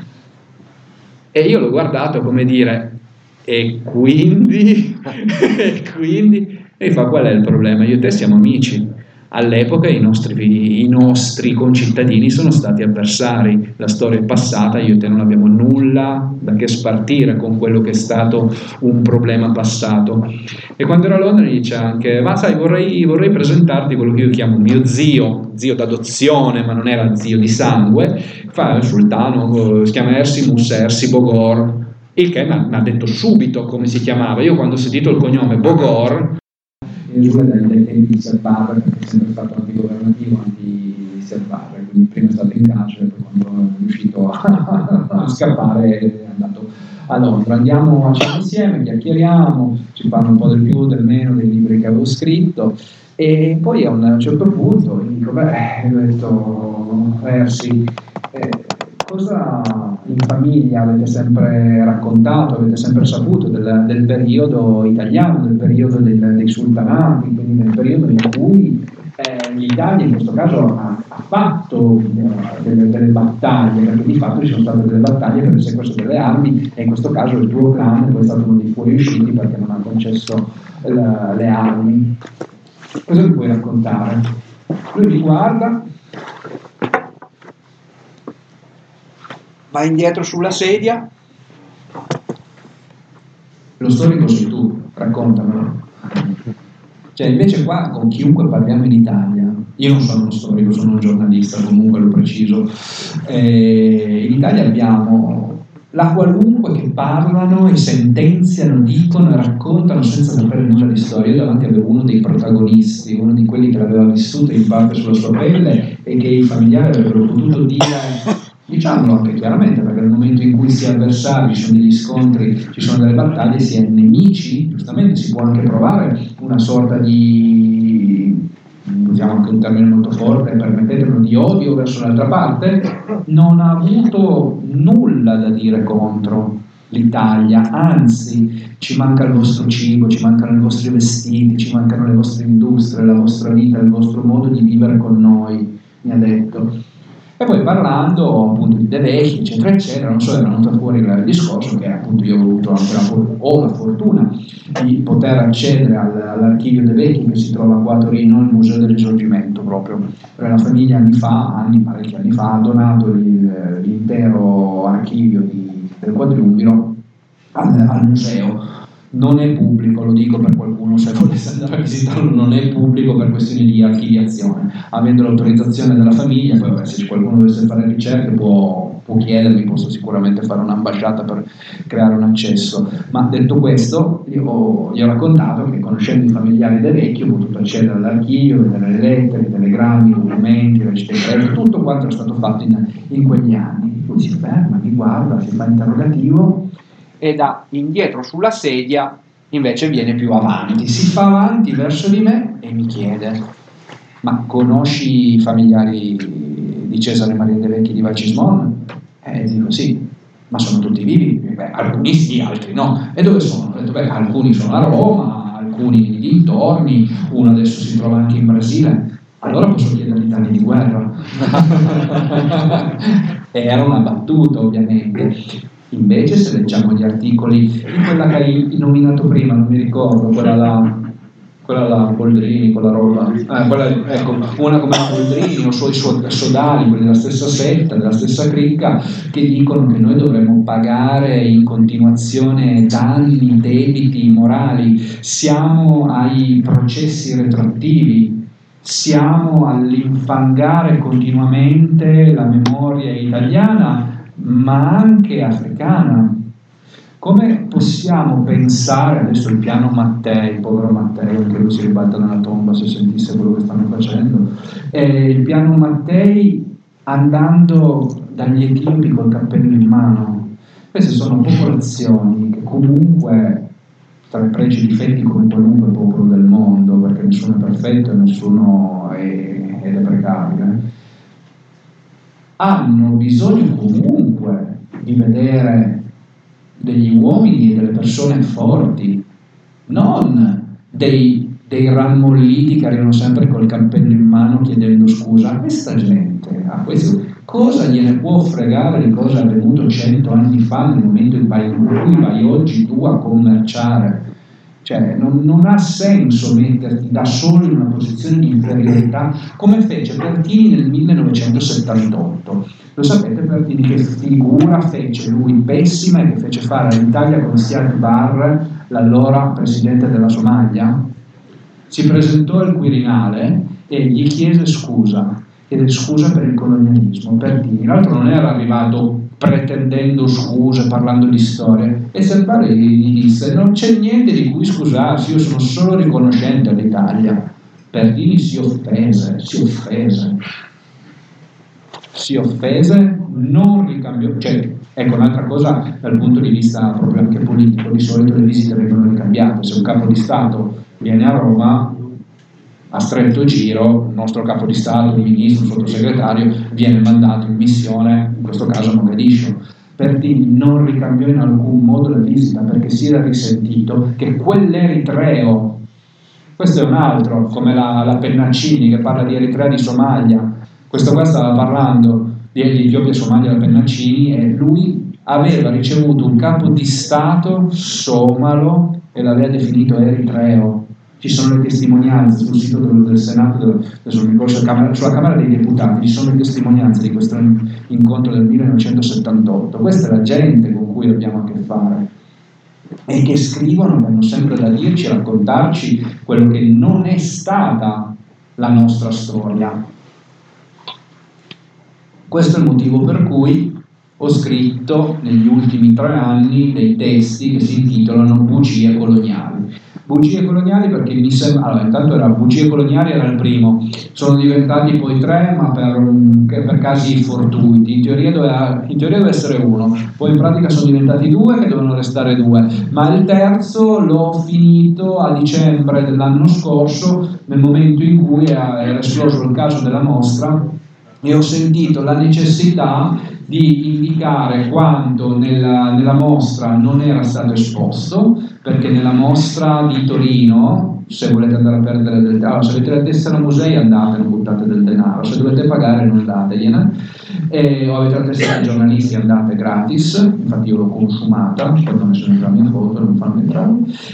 E io l'ho guardato come dire: e quindi? e quindi? E mi fa: qual è il problema? Io e te siamo amici. All'epoca i nostri, i nostri concittadini sono stati avversari, la storia è passata, io e te non abbiamo nulla da che spartire con quello che è stato un problema passato. E quando era a Londra mi dice anche: ma sai, vorrei, vorrei presentarti quello che io chiamo mio zio, zio d'adozione, ma non era zio di sangue. Fa il sultano, si chiama Ersimus Ersi Bogor, il che mi ha detto subito come si chiamava. Io quando ho sentito il cognome Bogor, giù dai tempi di Serbarra, perché è sempre stato antigovernativo, anti-Serbarra, quindi prima è stato in carcere, poi quando è riuscito a, a scappare è andato a Londra, andiamo a cena insieme, chiacchieriamo, ci fanno un po' del più, del meno dei libri che avevo scritto, e poi a un certo punto gli dico, beh, ho detto, Percy, eh, cosa in famiglia avete sempre raccontato, avete sempre saputo del, del periodo italiano, del periodo del, dei sultanati, quindi del periodo in cui eh, l'Italia in questo caso ha, ha fatto eh, delle, delle battaglie, perché di fatto ci sono state delle battaglie per il sequestro delle armi, e in questo caso il tuo clan poi è stato uno dei fuoriusciti perché non ha concesso la, le armi. Cosa mi puoi raccontare? Lui mi guarda, va indietro sulla sedia. Lo storico sei tu, raccontamelo. Cioè, invece qua con chiunque parliamo in Italia, io non sono uno storico, sono un giornalista, comunque lo preciso, eh, in Italia abbiamo la qualunque che parlano e sentenziano, dicono e raccontano senza sapere nulla di storia. Io davanti avevo uno dei protagonisti, uno di quelli che l'aveva vissuto in parte sulla sua pelle e che i familiari avrebbero potuto dire, diciamolo anche chiaramente, perché nel momento in cui si è avversari, ci sono degli scontri, ci sono delle battaglie, si è nemici, giustamente si può anche provare una sorta di, usiamo anche un termine molto forte, permettetelo, di odio verso l'altra parte. Non ha avuto nulla da dire contro l'Italia, anzi ci manca il vostro cibo, ci mancano i vostri vestiti, ci mancano le vostre industrie, la vostra vita, il vostro modo di vivere con noi, mi ha detto. E poi parlando appunto di De Vecchi, eccetera, eccetera, non so, è venuto fuori il discorso che appunto io ho avuto anche la, ho la fortuna di poter accedere al, all'archivio De Vecchi che si trova qua a Torino, il Museo del Risorgimento proprio, perché la famiglia anni fa, anni, parecchi anni fa, ha donato il, l'intero archivio di, del quadriumviro al, al museo. Non è pubblico, lo dico per qualcuno se volesse andare a visitarlo, non è pubblico per questioni di archiviazione, avendo l'autorizzazione della famiglia. Poi se qualcuno dovesse fare ricerche può, può chiedermi, posso sicuramente fare un'ambasciata per creare un accesso. Ma detto questo, io gli ho raccontato che conoscendo i familiari De Vecchi ho potuto accedere all'archivio, vedere le lettere, i telegrammi, i documenti, le recite, tutto quanto è stato fatto in, in quegli anni. Lui si ferma, mi guarda, si fa interrogativo, e da indietro sulla sedia invece viene più avanti, si fa avanti verso di me e mi chiede: ma conosci i familiari di Cesare Maria De Vecchi di Valcismon? E dico sì. Ma sono tutti vivi? Beh, alcuni sì, altri no. E dove sono? Ho detto, beh, alcuni sono a Roma, alcuni nei dintorni, uno adesso si trova anche in Brasile. Allora posso chiedere gli danni di guerra. E era una battuta, ovviamente. Invece se leggiamo gli articoli di quella che hai nominato prima, non mi ricordo, quella là, quella là, Boldrini, quella roba, eh, quella, ecco, una come la Boldrini o suoi sodali, quelli della stessa setta, della stessa cricca, che dicono che noi dovremmo pagare in continuazione danni, debiti morali, siamo ai processi retroattivi, siamo all'infangare continuamente la memoria italiana, ma anche africana. Come possiamo pensare, adesso il piano Mattei, povero Mattei, anche lui si ribalta nella tomba se sentisse quello che stanno facendo, eh, il piano Mattei andando dagli etiopi col cappello in mano. Queste sono popolazioni che comunque, tra i pregi e difetti come qualunque popolo del mondo, perché nessuno è perfetto e nessuno è, è deprecabile, hanno bisogno comunque di vedere degli uomini e delle persone forti, non dei, dei rammolliti che arrivano sempre col cappello in mano chiedendo scusa. A questa gente, a questo, cosa gliene può fregare di cosa è avvenuto cento anni fa nel momento in cui vai oggi tu a commerciare? Cioè, non, non ha senso metterti da solo in una posizione di inferiorità, come fece Pertini nel millenovecentosettantotto. Lo sapete Pertini che figura fece lui pessima e che fece fare all'Italia con Siad Barre, l'allora presidente della Somalia? Si presentò al Quirinale e gli chiese scusa, chiede scusa per il colonialismo. Pertini, l'altro non era arrivato pretendendo scuse, parlando di storia, e Salvare gli disse: non c'è niente di cui scusarsi, io sono solo riconoscente all'Italia. Pertini si offese, si offese si offese, non ricambiò, cioè Ecco, un'altra cosa dal punto di vista proprio anche politico, di solito le visite vengono ricambiate. Se un capo di Stato viene a Roma, a stretto giro, il nostro capo di Stato, il ministro, il sottosegretario, viene mandato in missione, in questo caso a Mogadiscio. Pertini non ricambiò in alcun modo la visita perché si era risentito che quell'eritreo, questo è un altro, come la, la Pennaccini che parla di Eritrea, di Somalia, questo qua stava parlando di, di Etiopia, Somalia, la Pennaccini, e lui aveva ricevuto un capo di Stato somalo e l'aveva definito eritreo. Ci sono le testimonianze sul sito del, del Senato, del, del, sulla, Camera, sulla Camera dei Deputati, ci sono le testimonianze di questo incontro del millenovecentosettantotto. Questa è la gente con cui abbiamo a che fare e che scrivono, che hanno sempre da dirci, raccontarci quello che non è stata la nostra storia. Questo è il motivo per cui ho scritto negli ultimi tre anni dei testi che si intitolano Bugie coloniali. Bugie coloniali perché mi sembra, allora intanto era Bugie coloniali era il primo, sono diventati poi tre ma per, per casi fortuiti, in teoria, doveva, in teoria doveva essere uno, poi in pratica sono diventati due che dovevano restare due, ma il terzo l'ho finito a dicembre dell'anno scorso, nel momento in cui era esploso il caso della Mostra e ho sentito la necessità di indicare quanto nella, nella mostra non era stato esposto, perché nella mostra di Torino, se volete andare a perdere del denaro, se avete la tessera musei andate, non buttate del denaro, se dovete pagare non dategliene, e, o avete la tessera dei giornalisti andate gratis, infatti io l'ho consumata, poi non ho messo la mia foto, non fanno entrare,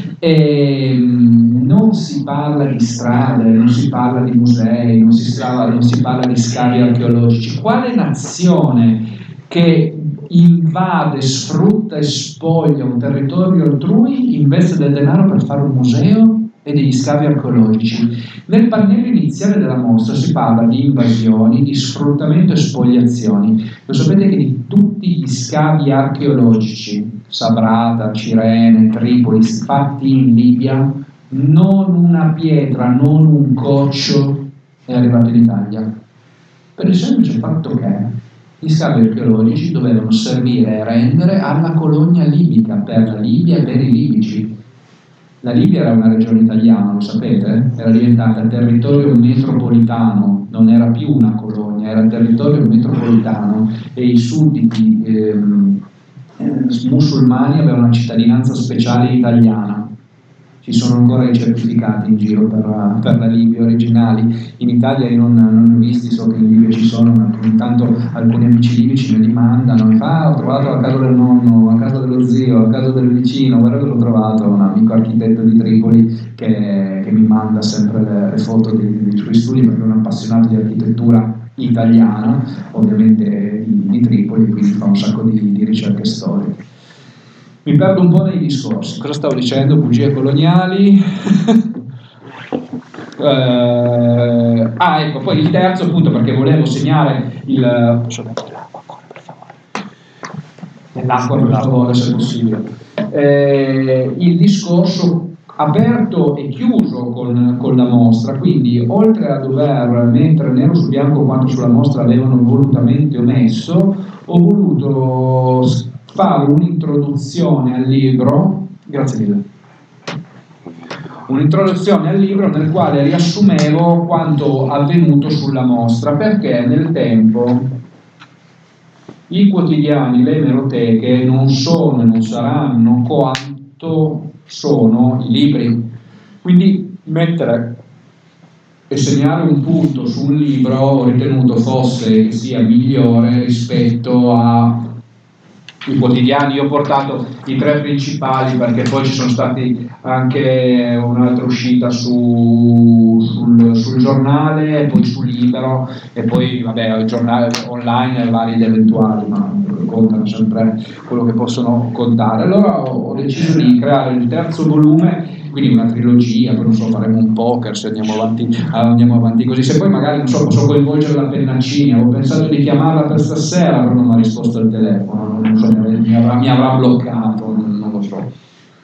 e non si parla di strade, non si parla di musei, non si, strada, non si parla di scavi archeologici. Quale nazione che invade, sfrutta e spoglia un territorio altrui investe del denaro per fare un museo e degli scavi archeologici? Nel pannello iniziale della mostra si parla di invasioni, di sfruttamento e spoliazioni. Lo sapete che di tutti gli scavi archeologici, Sabrata, Cirene, Tripoli, fatti in Libia, non una pietra, non un coccio è arrivato in Italia, per il semplice fatto che gli scavi archeologici dovevano servire e rendere alla colonia libica, per la Libia e per i libici. La Libia era una regione italiana, lo sapete? Era diventata territorio metropolitano, non era più una colonia, era territorio metropolitano e i sudditi ehm, eh, musulmani avevano una cittadinanza speciale italiana. Ci sono ancora i certificati in giro per, per la Libia originali. In Italia io non, non ne ho visti, so che in Libia ci sono, ma intanto alcuni amici libici me li mandano, mi fa, ah, ho trovato a casa del nonno, a casa dello zio, a casa del vicino, guarda che l'ho trovato, un amico architetto di Tripoli che, che mi manda sempre le, le foto dei, dei suoi studi, perché è un appassionato di architettura italiana, ovviamente di, di Tripoli, quindi fa un sacco di, di ricerche storiche. Mi perdo un po' nei discorsi. Cosa stavo dicendo? Bugie coloniali. eh, ah, ecco, poi il terzo appunto, perché volevo segnare il... Posso mettere l'acqua ancora, per favore? L'acqua, per favore, se possibile. Eh, il discorso aperto e chiuso con, con la mostra, quindi oltre a dover mettere nero su bianco quanto sulla mostra avevano volutamente omesso, ho voluto fare un'introduzione al libro, grazie mille, un'introduzione al libro nel quale riassumevo quanto avvenuto sulla mostra, perché nel tempo i quotidiani, le emeroteche non sono e non saranno quanto sono i libri, quindi mettere e segnare un punto su un libro ho ritenuto fosse che sia migliore rispetto a i quotidiani. Io ho portato i tre principali perché poi ci sono stati anche un'altra uscita su, sul, sul giornale, poi sul Libero e poi vabbè il giornale online e vari ed eventuali, ma contano sempre quello che possono contare. Allora ho, ho deciso di creare il terzo volume, quindi una trilogia, poi non so, faremo un poker se andiamo avanti, andiamo avanti così, se poi magari non so, posso coinvolgere la Pennaccini, avevo pensato di chiamarla per stasera, però non mi ha risposto al telefono, non so, mi avrà, mi avrà bloccato, non, non lo so.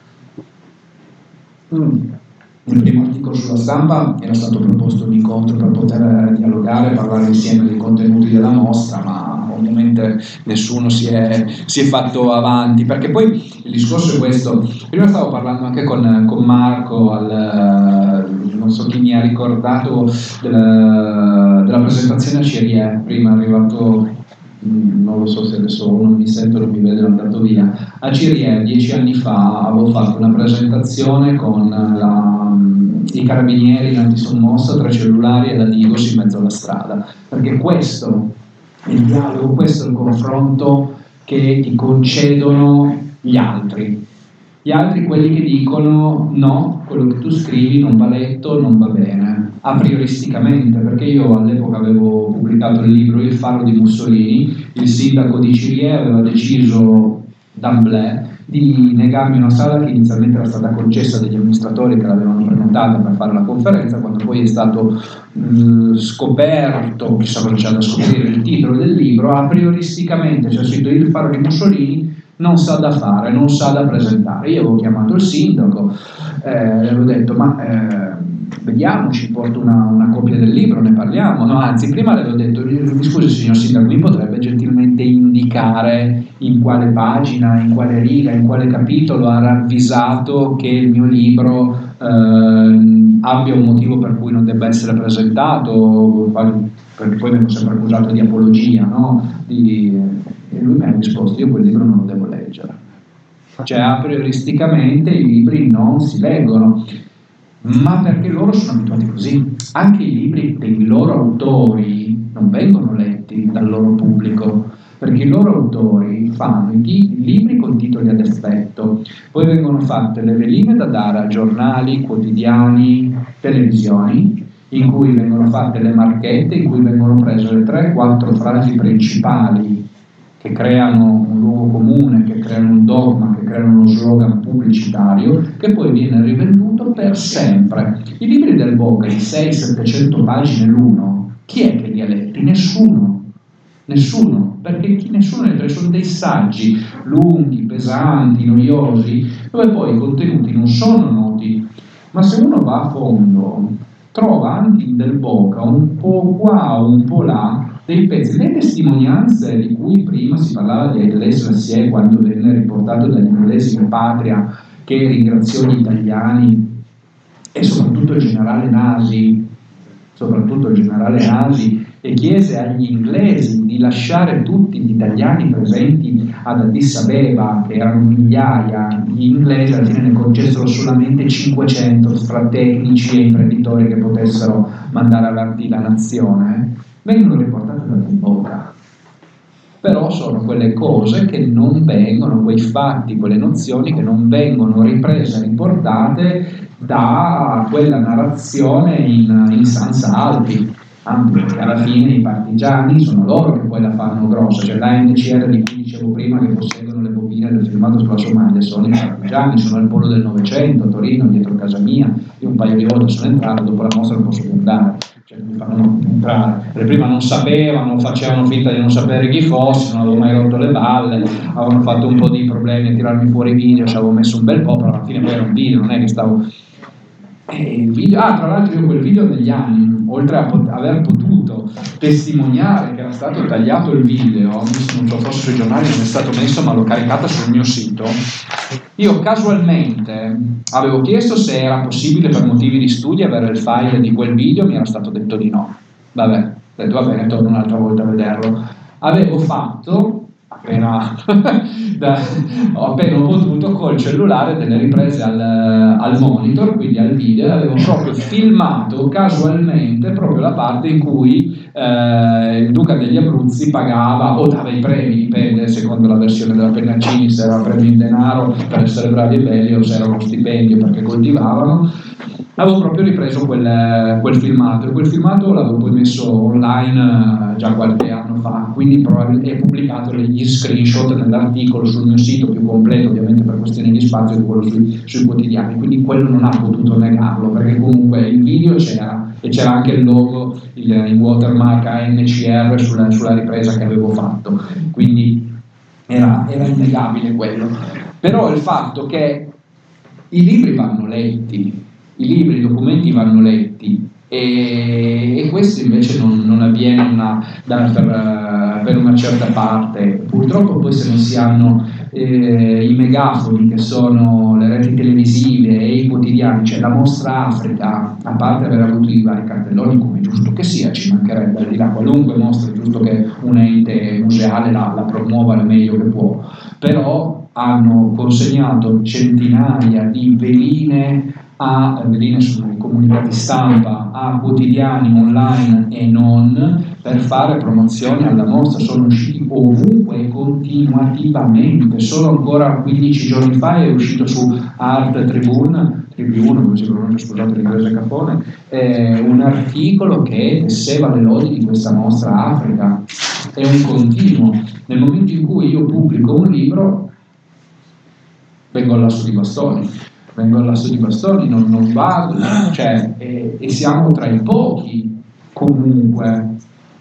Mm. Nel primo articolo sulla stampa era stato proposto un incontro per poter dialogare, parlare insieme dei contenuti della mostra, ma ho ovviamente nessuno si è, si è fatto avanti, perché poi il discorso è questo. Prima stavo parlando anche con, con Marco, al, non so chi mi ha ricordato della, della presentazione a Cirie, prima è arrivato, non lo so se adesso non mi sento, non mi vede, l'ho andato via. A Cirie dieci anni fa avevo fatto una presentazione con la, i carabinieri in antisommossa, tre cellulari e la Digos in mezzo alla strada, perché questo è il dialogo, questo è il confronto che ti concedono gli altri. Gli altri, quelli che dicono no, quello che tu scrivi non va letto, non va bene, a prioristicamente, perché io all'epoca avevo pubblicato il libro Il faro di Mussolini, il sindaco di Cirie aveva deciso d'amblè di negarmi una sala che inizialmente era stata concessa dagli amministratori che l'avevano prenotata per fare la conferenza, quando poi è stato mh, scoperto, chissà cosa c'è da scoprire, il titolo del libro, a prioristicamente c'è scritto Il faro di Mussolini, non sa da fare, non sa da presentare. Io avevo chiamato il sindaco, eh, le avevo detto ma eh, vediamo, ci porto una, una copia del libro, ne parliamo. No, anzi, prima le avevo detto, mi scusi signor sindaco, mi potrebbe gentilmente indicare in quale pagina, in quale riga, in quale capitolo ha ravvisato che il mio libro eh, abbia un motivo per cui non debba essere presentato, perché poi vengo sempre accusato di apologia, no? Di, e lui mi ha risposto, io quel libro non lo devo leggere, cioè a prioristicamente i libri non si leggono, ma perché loro sono abituati così. Anche i libri dei loro autori non vengono letti dal loro pubblico, perché i loro autori fanno i libri con titoli ad effetto, poi vengono fatte le veline da dare a giornali, quotidiani, televisioni, in cui vengono fatte le marchette, in cui vengono prese le tre quattro frasi principali che creano un luogo comune, che creano un dogma, che creano uno slogan pubblicitario, che poi viene rivenduto per sempre. I libri del Boca di sei settecento pagine l'uno, chi è che li ha letti? Nessuno. Nessuno, perché chi nessuno ne sono dei saggi lunghi, pesanti, noiosi, dove poi i contenuti non sono noti, ma se uno va a fondo trova anche in Del Boca un po' qua, un po' là, dei pezzi, le testimonianze di cui prima si parlava di Ailés Rassier quando venne riportato dagli inglesi in patria, che ringraziò gli italiani e soprattutto il generale Nasi, soprattutto il generale Nasi, e chiese agli inglesi di lasciare tutti gli italiani presenti ad Addis Abeba, che erano migliaia, gli inglesi alla fine ne concessero solamente cinquecento fra tecnici e imprenditori che potessero mandare avanti la nazione, vengono riportate da Del Boca. Però sono quelle cose che non vengono, quei fatti, quelle nozioni che non vengono riprese, riportate da quella narrazione in, in Sans Alpi. Perché alla fine i partigiani sono loro che poi la fanno grossa, cioè l'A N C R di cui dicevo prima che posseggono le bobine del filmato sulla Somalia sono i partigiani, sono il polo del Novecento, a Torino, dietro casa mia. Io un paio di volte sono entrato, dopo la mostra non posso più andare, cioè mi fanno entrare, perché prima non sapevano, facevano finta di non sapere chi fosse, non avevo mai rotto le balle, avevano fatto un po' di problemi a tirarmi fuori i video, ci avevo messo un bel po', però alla fine poi era un video, non è che stavo... E il video, ah, tra l'altro io quel video negli anni, oltre a pot- aver potuto testimoniare che era stato tagliato il video, non so, forse sui giornali non è stato messo, ma l'ho caricata sul mio sito, io casualmente avevo chiesto se era possibile per motivi di studio avere il file di quel video, mi era stato detto di no. Vabbè, ho detto va bene, torno un'altra volta a vederlo. Avevo fatto appena, da, ho appena potuto col cellulare delle riprese al, al monitor, quindi al video, avevo proprio filmato casualmente proprio la parte in cui eh, il Duca degli Abruzzi pagava o dava i premi, dipende secondo la versione della Pennaccini, se era premio in denaro per essere bravi e belli o se era uno stipendio perché coltivavano. Avevo proprio ripreso quel, quel filmato e quel filmato l'avevo poi messo online già qualche anno fa, quindi è pubblicato gli screenshot nell'articolo sul mio sito più completo, ovviamente per questioni di spazio, di quello sui, sui quotidiani, quindi quello non ha potuto negarlo, perché comunque il video c'era e c'era anche il logo, il, il watermark A N C R sulla, sulla ripresa che avevo fatto, quindi era, era innegabile quello. Però il fatto che i libri vanno letti, i libri, i documenti vanno letti, e, e questo invece non, non avviene una, da, per, per una certa parte. Purtroppo poi se non si hanno eh, i megafoni, che sono le reti televisive e i quotidiani, cioè la Mostra Africa, a parte aver avuto i vari cartelloni, come giusto che sia, ci mancherebbe, al di là qualunque mostra, è giusto che un ente museale la, la promuova il meglio che può, però hanno consegnato centinaia di veline a veline sui comunicati stampa, a quotidiani online e non, per fare promozioni alla mostra. Sono usciti ovunque e continuativamente. Solo ancora quindici giorni fa è uscito su Art Tribune, Tribune come si pronuncia, scusate l'inglese capone, eh, un articolo che tesseva le lodi di questa mostra Africa. È un continuo. Nel momento in cui io pubblico un libro, vengo all'asso di bastoni. vengo all'asso di bastoni, non, non vado, cioè, e, e siamo tra i pochi comunque.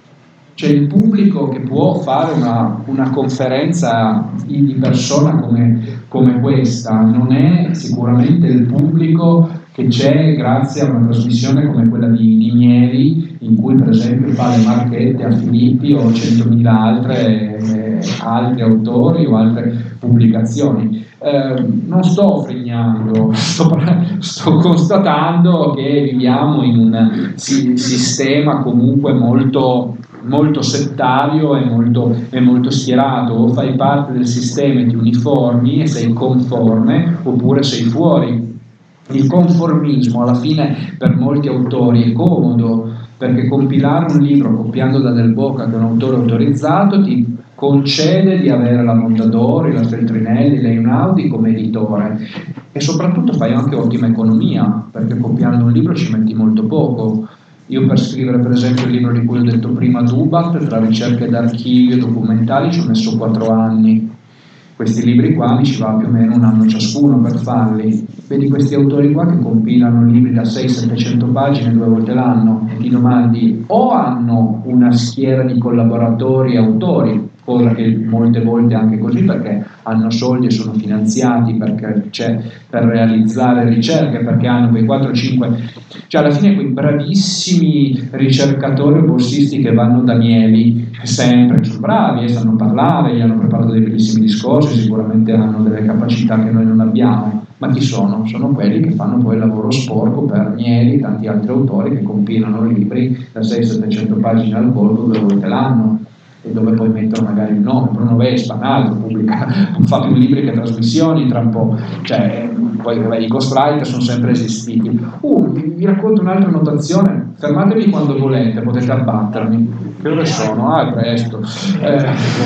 C'è il pubblico che può fare una, una conferenza di persona come, come questa, non è sicuramente il pubblico che c'è grazie a una trasmissione come quella di, di Mieli, in cui per esempio fa le marchette a Filippi o centomila altre, eh, altri autori o altre pubblicazioni. Eh, non sto fregnando, sto, sto constatando che viviamo in un si, sistema comunque molto, molto settario e molto, e molto schierato. O fai parte del sistema e ti uniformi e sei conforme, oppure sei fuori. Il conformismo alla fine per molti autori è comodo, perché compilare un libro copiando da Del Boca, che è un autore autorizzato, ti concede di avere la Mondadori, la Feltrinelli, l'Einaudi come editore, e soprattutto fai anche ottima economia, perché copiando un libro ci metti molto poco. Io per scrivere per esempio il libro di cui ho detto prima, Dubat, tra ricerche d'archivio e documentali, ci ho messo quattro anni. Questi libri qua mi ci va più o meno un anno ciascuno per farli. Vedi questi autori qua che compilano libri da seicento settecento pagine due volte l'anno, e ti domandi, o hanno una schiera di collaboratori e autori, cosa che molte volte è anche così, perché hanno soldi e sono finanziati perché c'è per realizzare ricerche, perché hanno quei quattro cinque, cioè alla fine quei bravissimi ricercatori o borsisti che vanno da Mieli, sempre sono bravi e sanno parlare, gli hanno preparato dei bellissimi discorsi, sicuramente hanno delle capacità che noi non abbiamo. Ma chi sono? Sono quelli che fanno poi il lavoro sporco per Mieli e tanti altri autori che compilano libri da seicento settecento pagine al colpo due volte l'anno, e dove poi mettono magari il nome. Bruno Vespa, un altro, pubblica, fa più libri che trasmissioni tra un po', cioè poi vabbè, i ghostwriter sono sempre esistiti. Uh, vi, vi racconto un'altra notazione, fermatevi quando volete, potete abbattermi. Che ore sono? Ah, è presto. Eh,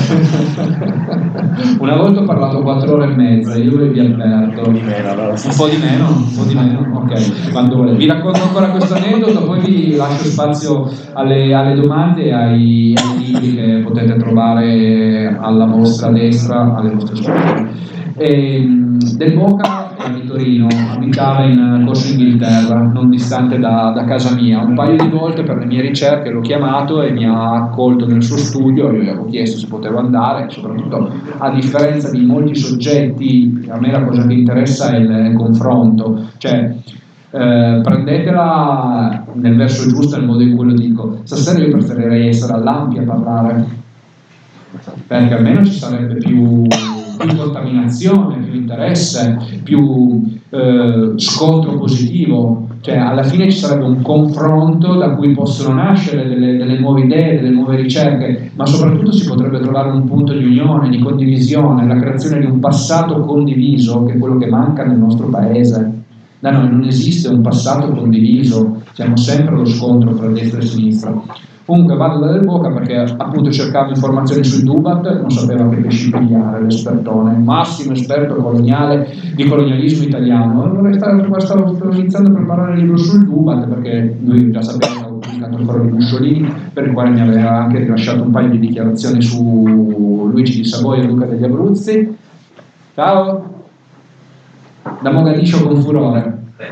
una volta ho parlato quattro ore e mezza, io vi avverto. Un po' di meno, un po' di meno, ok, quando volete. Vi racconto ancora questo aneddoto, poi vi lascio spazio alle, alle domande e ai, ai libri che potete trovare alla vostra destra, alle vostre spalle. E, Del Boca era di Torino, abitava in Corso Inghilterra, non distante da, da casa mia. Un paio di volte per le mie ricerche l'ho chiamato e mi ha accolto nel suo studio. Io gli avevo chiesto se potevo andare, soprattutto a differenza di molti soggetti, a me la cosa che interessa è il, il confronto, cioè Eh, prendetela nel verso giusto, nel modo in cui lo dico. Stasera io preferirei essere all'Ampi a parlare, perché almeno ci sarebbe più, più contaminazione, più interesse, più eh, scontro positivo, cioè alla fine ci sarebbe un confronto da cui possono nascere delle, delle nuove idee, delle nuove ricerche, ma soprattutto si potrebbe trovare un punto di unione, di condivisione, la creazione di un passato condiviso, che è quello che manca nel nostro paese. Da noi non esiste un passato condiviso, siamo sempre allo scontro tra destra e sinistra. Comunque vado da Del Boca perché appunto cercavo informazioni sul Dubat, non sapeva che pesci pigliare, l'espertone, massimo esperto coloniale di colonialismo italiano. Allora stavo, stavo iniziando a preparare il libro sul Dubat, perché lui già sapeva che avevo pubblicato il foro di Mussolini, per il quale mi aveva anche rilasciato un paio di dichiarazioni su Luigi di Savoia e Luca degli Abruzzi. Ciao! Da Mogadiscio con furore.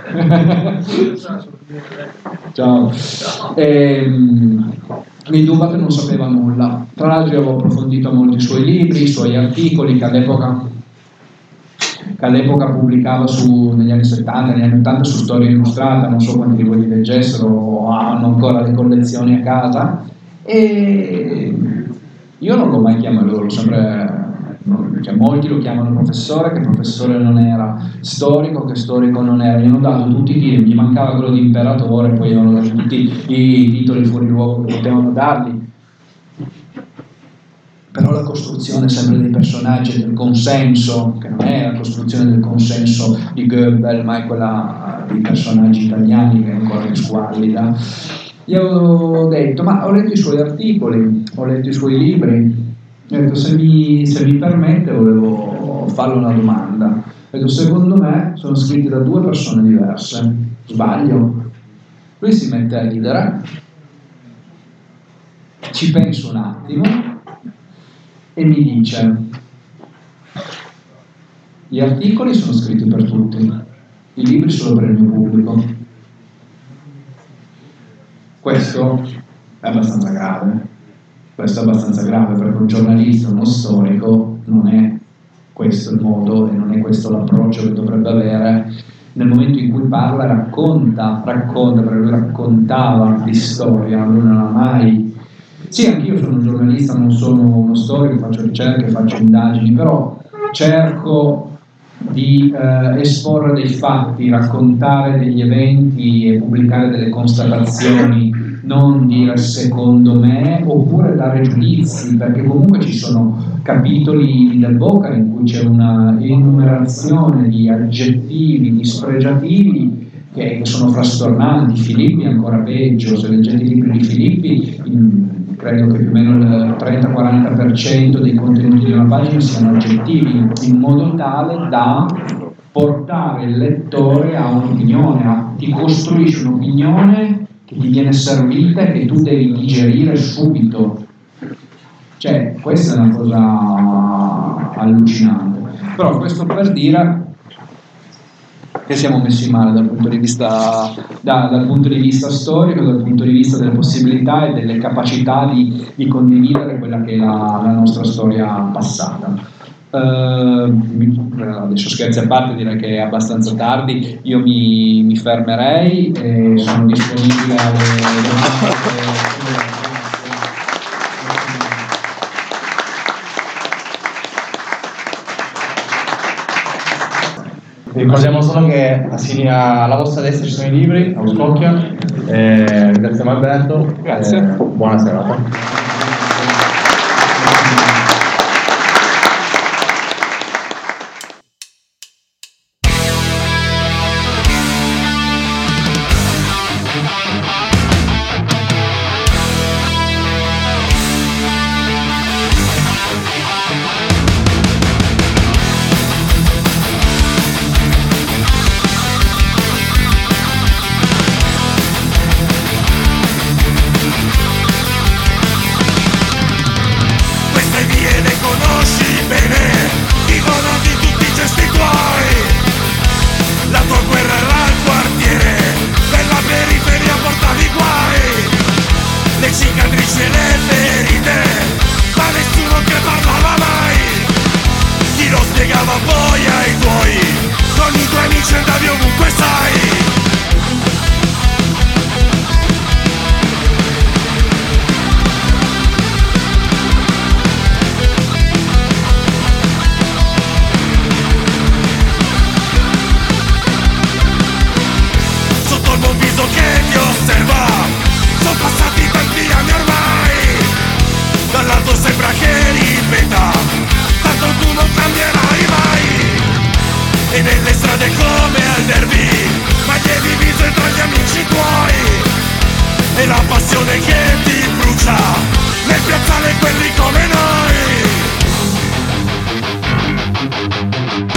Ciao. Ehm, il Dubat non sapeva nulla. Tra l'altro io avevo approfondito molti suoi libri, i suoi articoli, che all'epoca che all'epoca pubblicava su, negli anni settanta, negli anni ottanta su Storia Illustrata, non so quanti di voi li leggessero o hanno ancora le collezioni a casa, e io non l'ho mai chiamato, l'ho sempre, cioè, molti lo chiamano professore, che professore non era, storico, che storico non era, gli hanno dato tutti i titoli, gli mancava quello di imperatore, poi gli hanno dato tutti i titoli fuori luogo che potevano dargli. Però la costruzione sempre dei personaggi, del consenso, che non è la costruzione del consenso di Goebbels, ma è quella dei personaggi italiani, che è ancora più squallida. Gli ho detto, ma ho letto i suoi articoli, ho letto i suoi libri, ho detto, se mi, se mi permette volevo farle una domanda. Ho detto, secondo me sono scritti da due persone diverse, sbaglio? Lui si mette a ridere, ci penso un attimo e mi dice: gli articoli sono scritti per tutti, i libri solo per il mio pubblico. Questo è abbastanza grave, questo è abbastanza grave perché un giornalista, uno storico, non è questo il modo e non è questo l'approccio che dovrebbe avere nel momento in cui parla, racconta, racconta, perché lui raccontava di storia, lui non ha mai... Sì, anch'io sono un giornalista, non sono uno storico, faccio ricerche, faccio indagini, però cerco di eh, esporre dei fatti, raccontare degli eventi e pubblicare delle constatazioni, non dire secondo me, oppure dare giudizi, perché comunque ci sono capitoli del Boca in cui c'è una enumerazione di aggettivi dispregiativi che sono frastornanti. Filippi è ancora peggio, se leggete i libri di Filippi in, credo che più o meno il trenta quaranta per cento dei contenuti di una pagina siano aggettivi, in modo tale da portare il lettore a un'opinione, a, ti costruisci un'opinione che ti viene servita e che tu devi digerire subito. Cioè, questa è una cosa allucinante. Però questo per dire che siamo messi male dal punto di vista, da, dal punto di vista storico, dal punto di vista delle possibilità e delle capacità di, di condividere quella che è la, la nostra storia passata. Uh, adesso scherzi a parte, direi che è abbastanza tardi, io mi, mi fermerei e sono disponibile alle... Vi ricordiamo solo che alla vostra destra ci sono i libri, allo Scocchia. Eh, grazie Alberto. Grazie. Eh, buona serata. E la passione che ti brucia nel piazzale quelli come noi.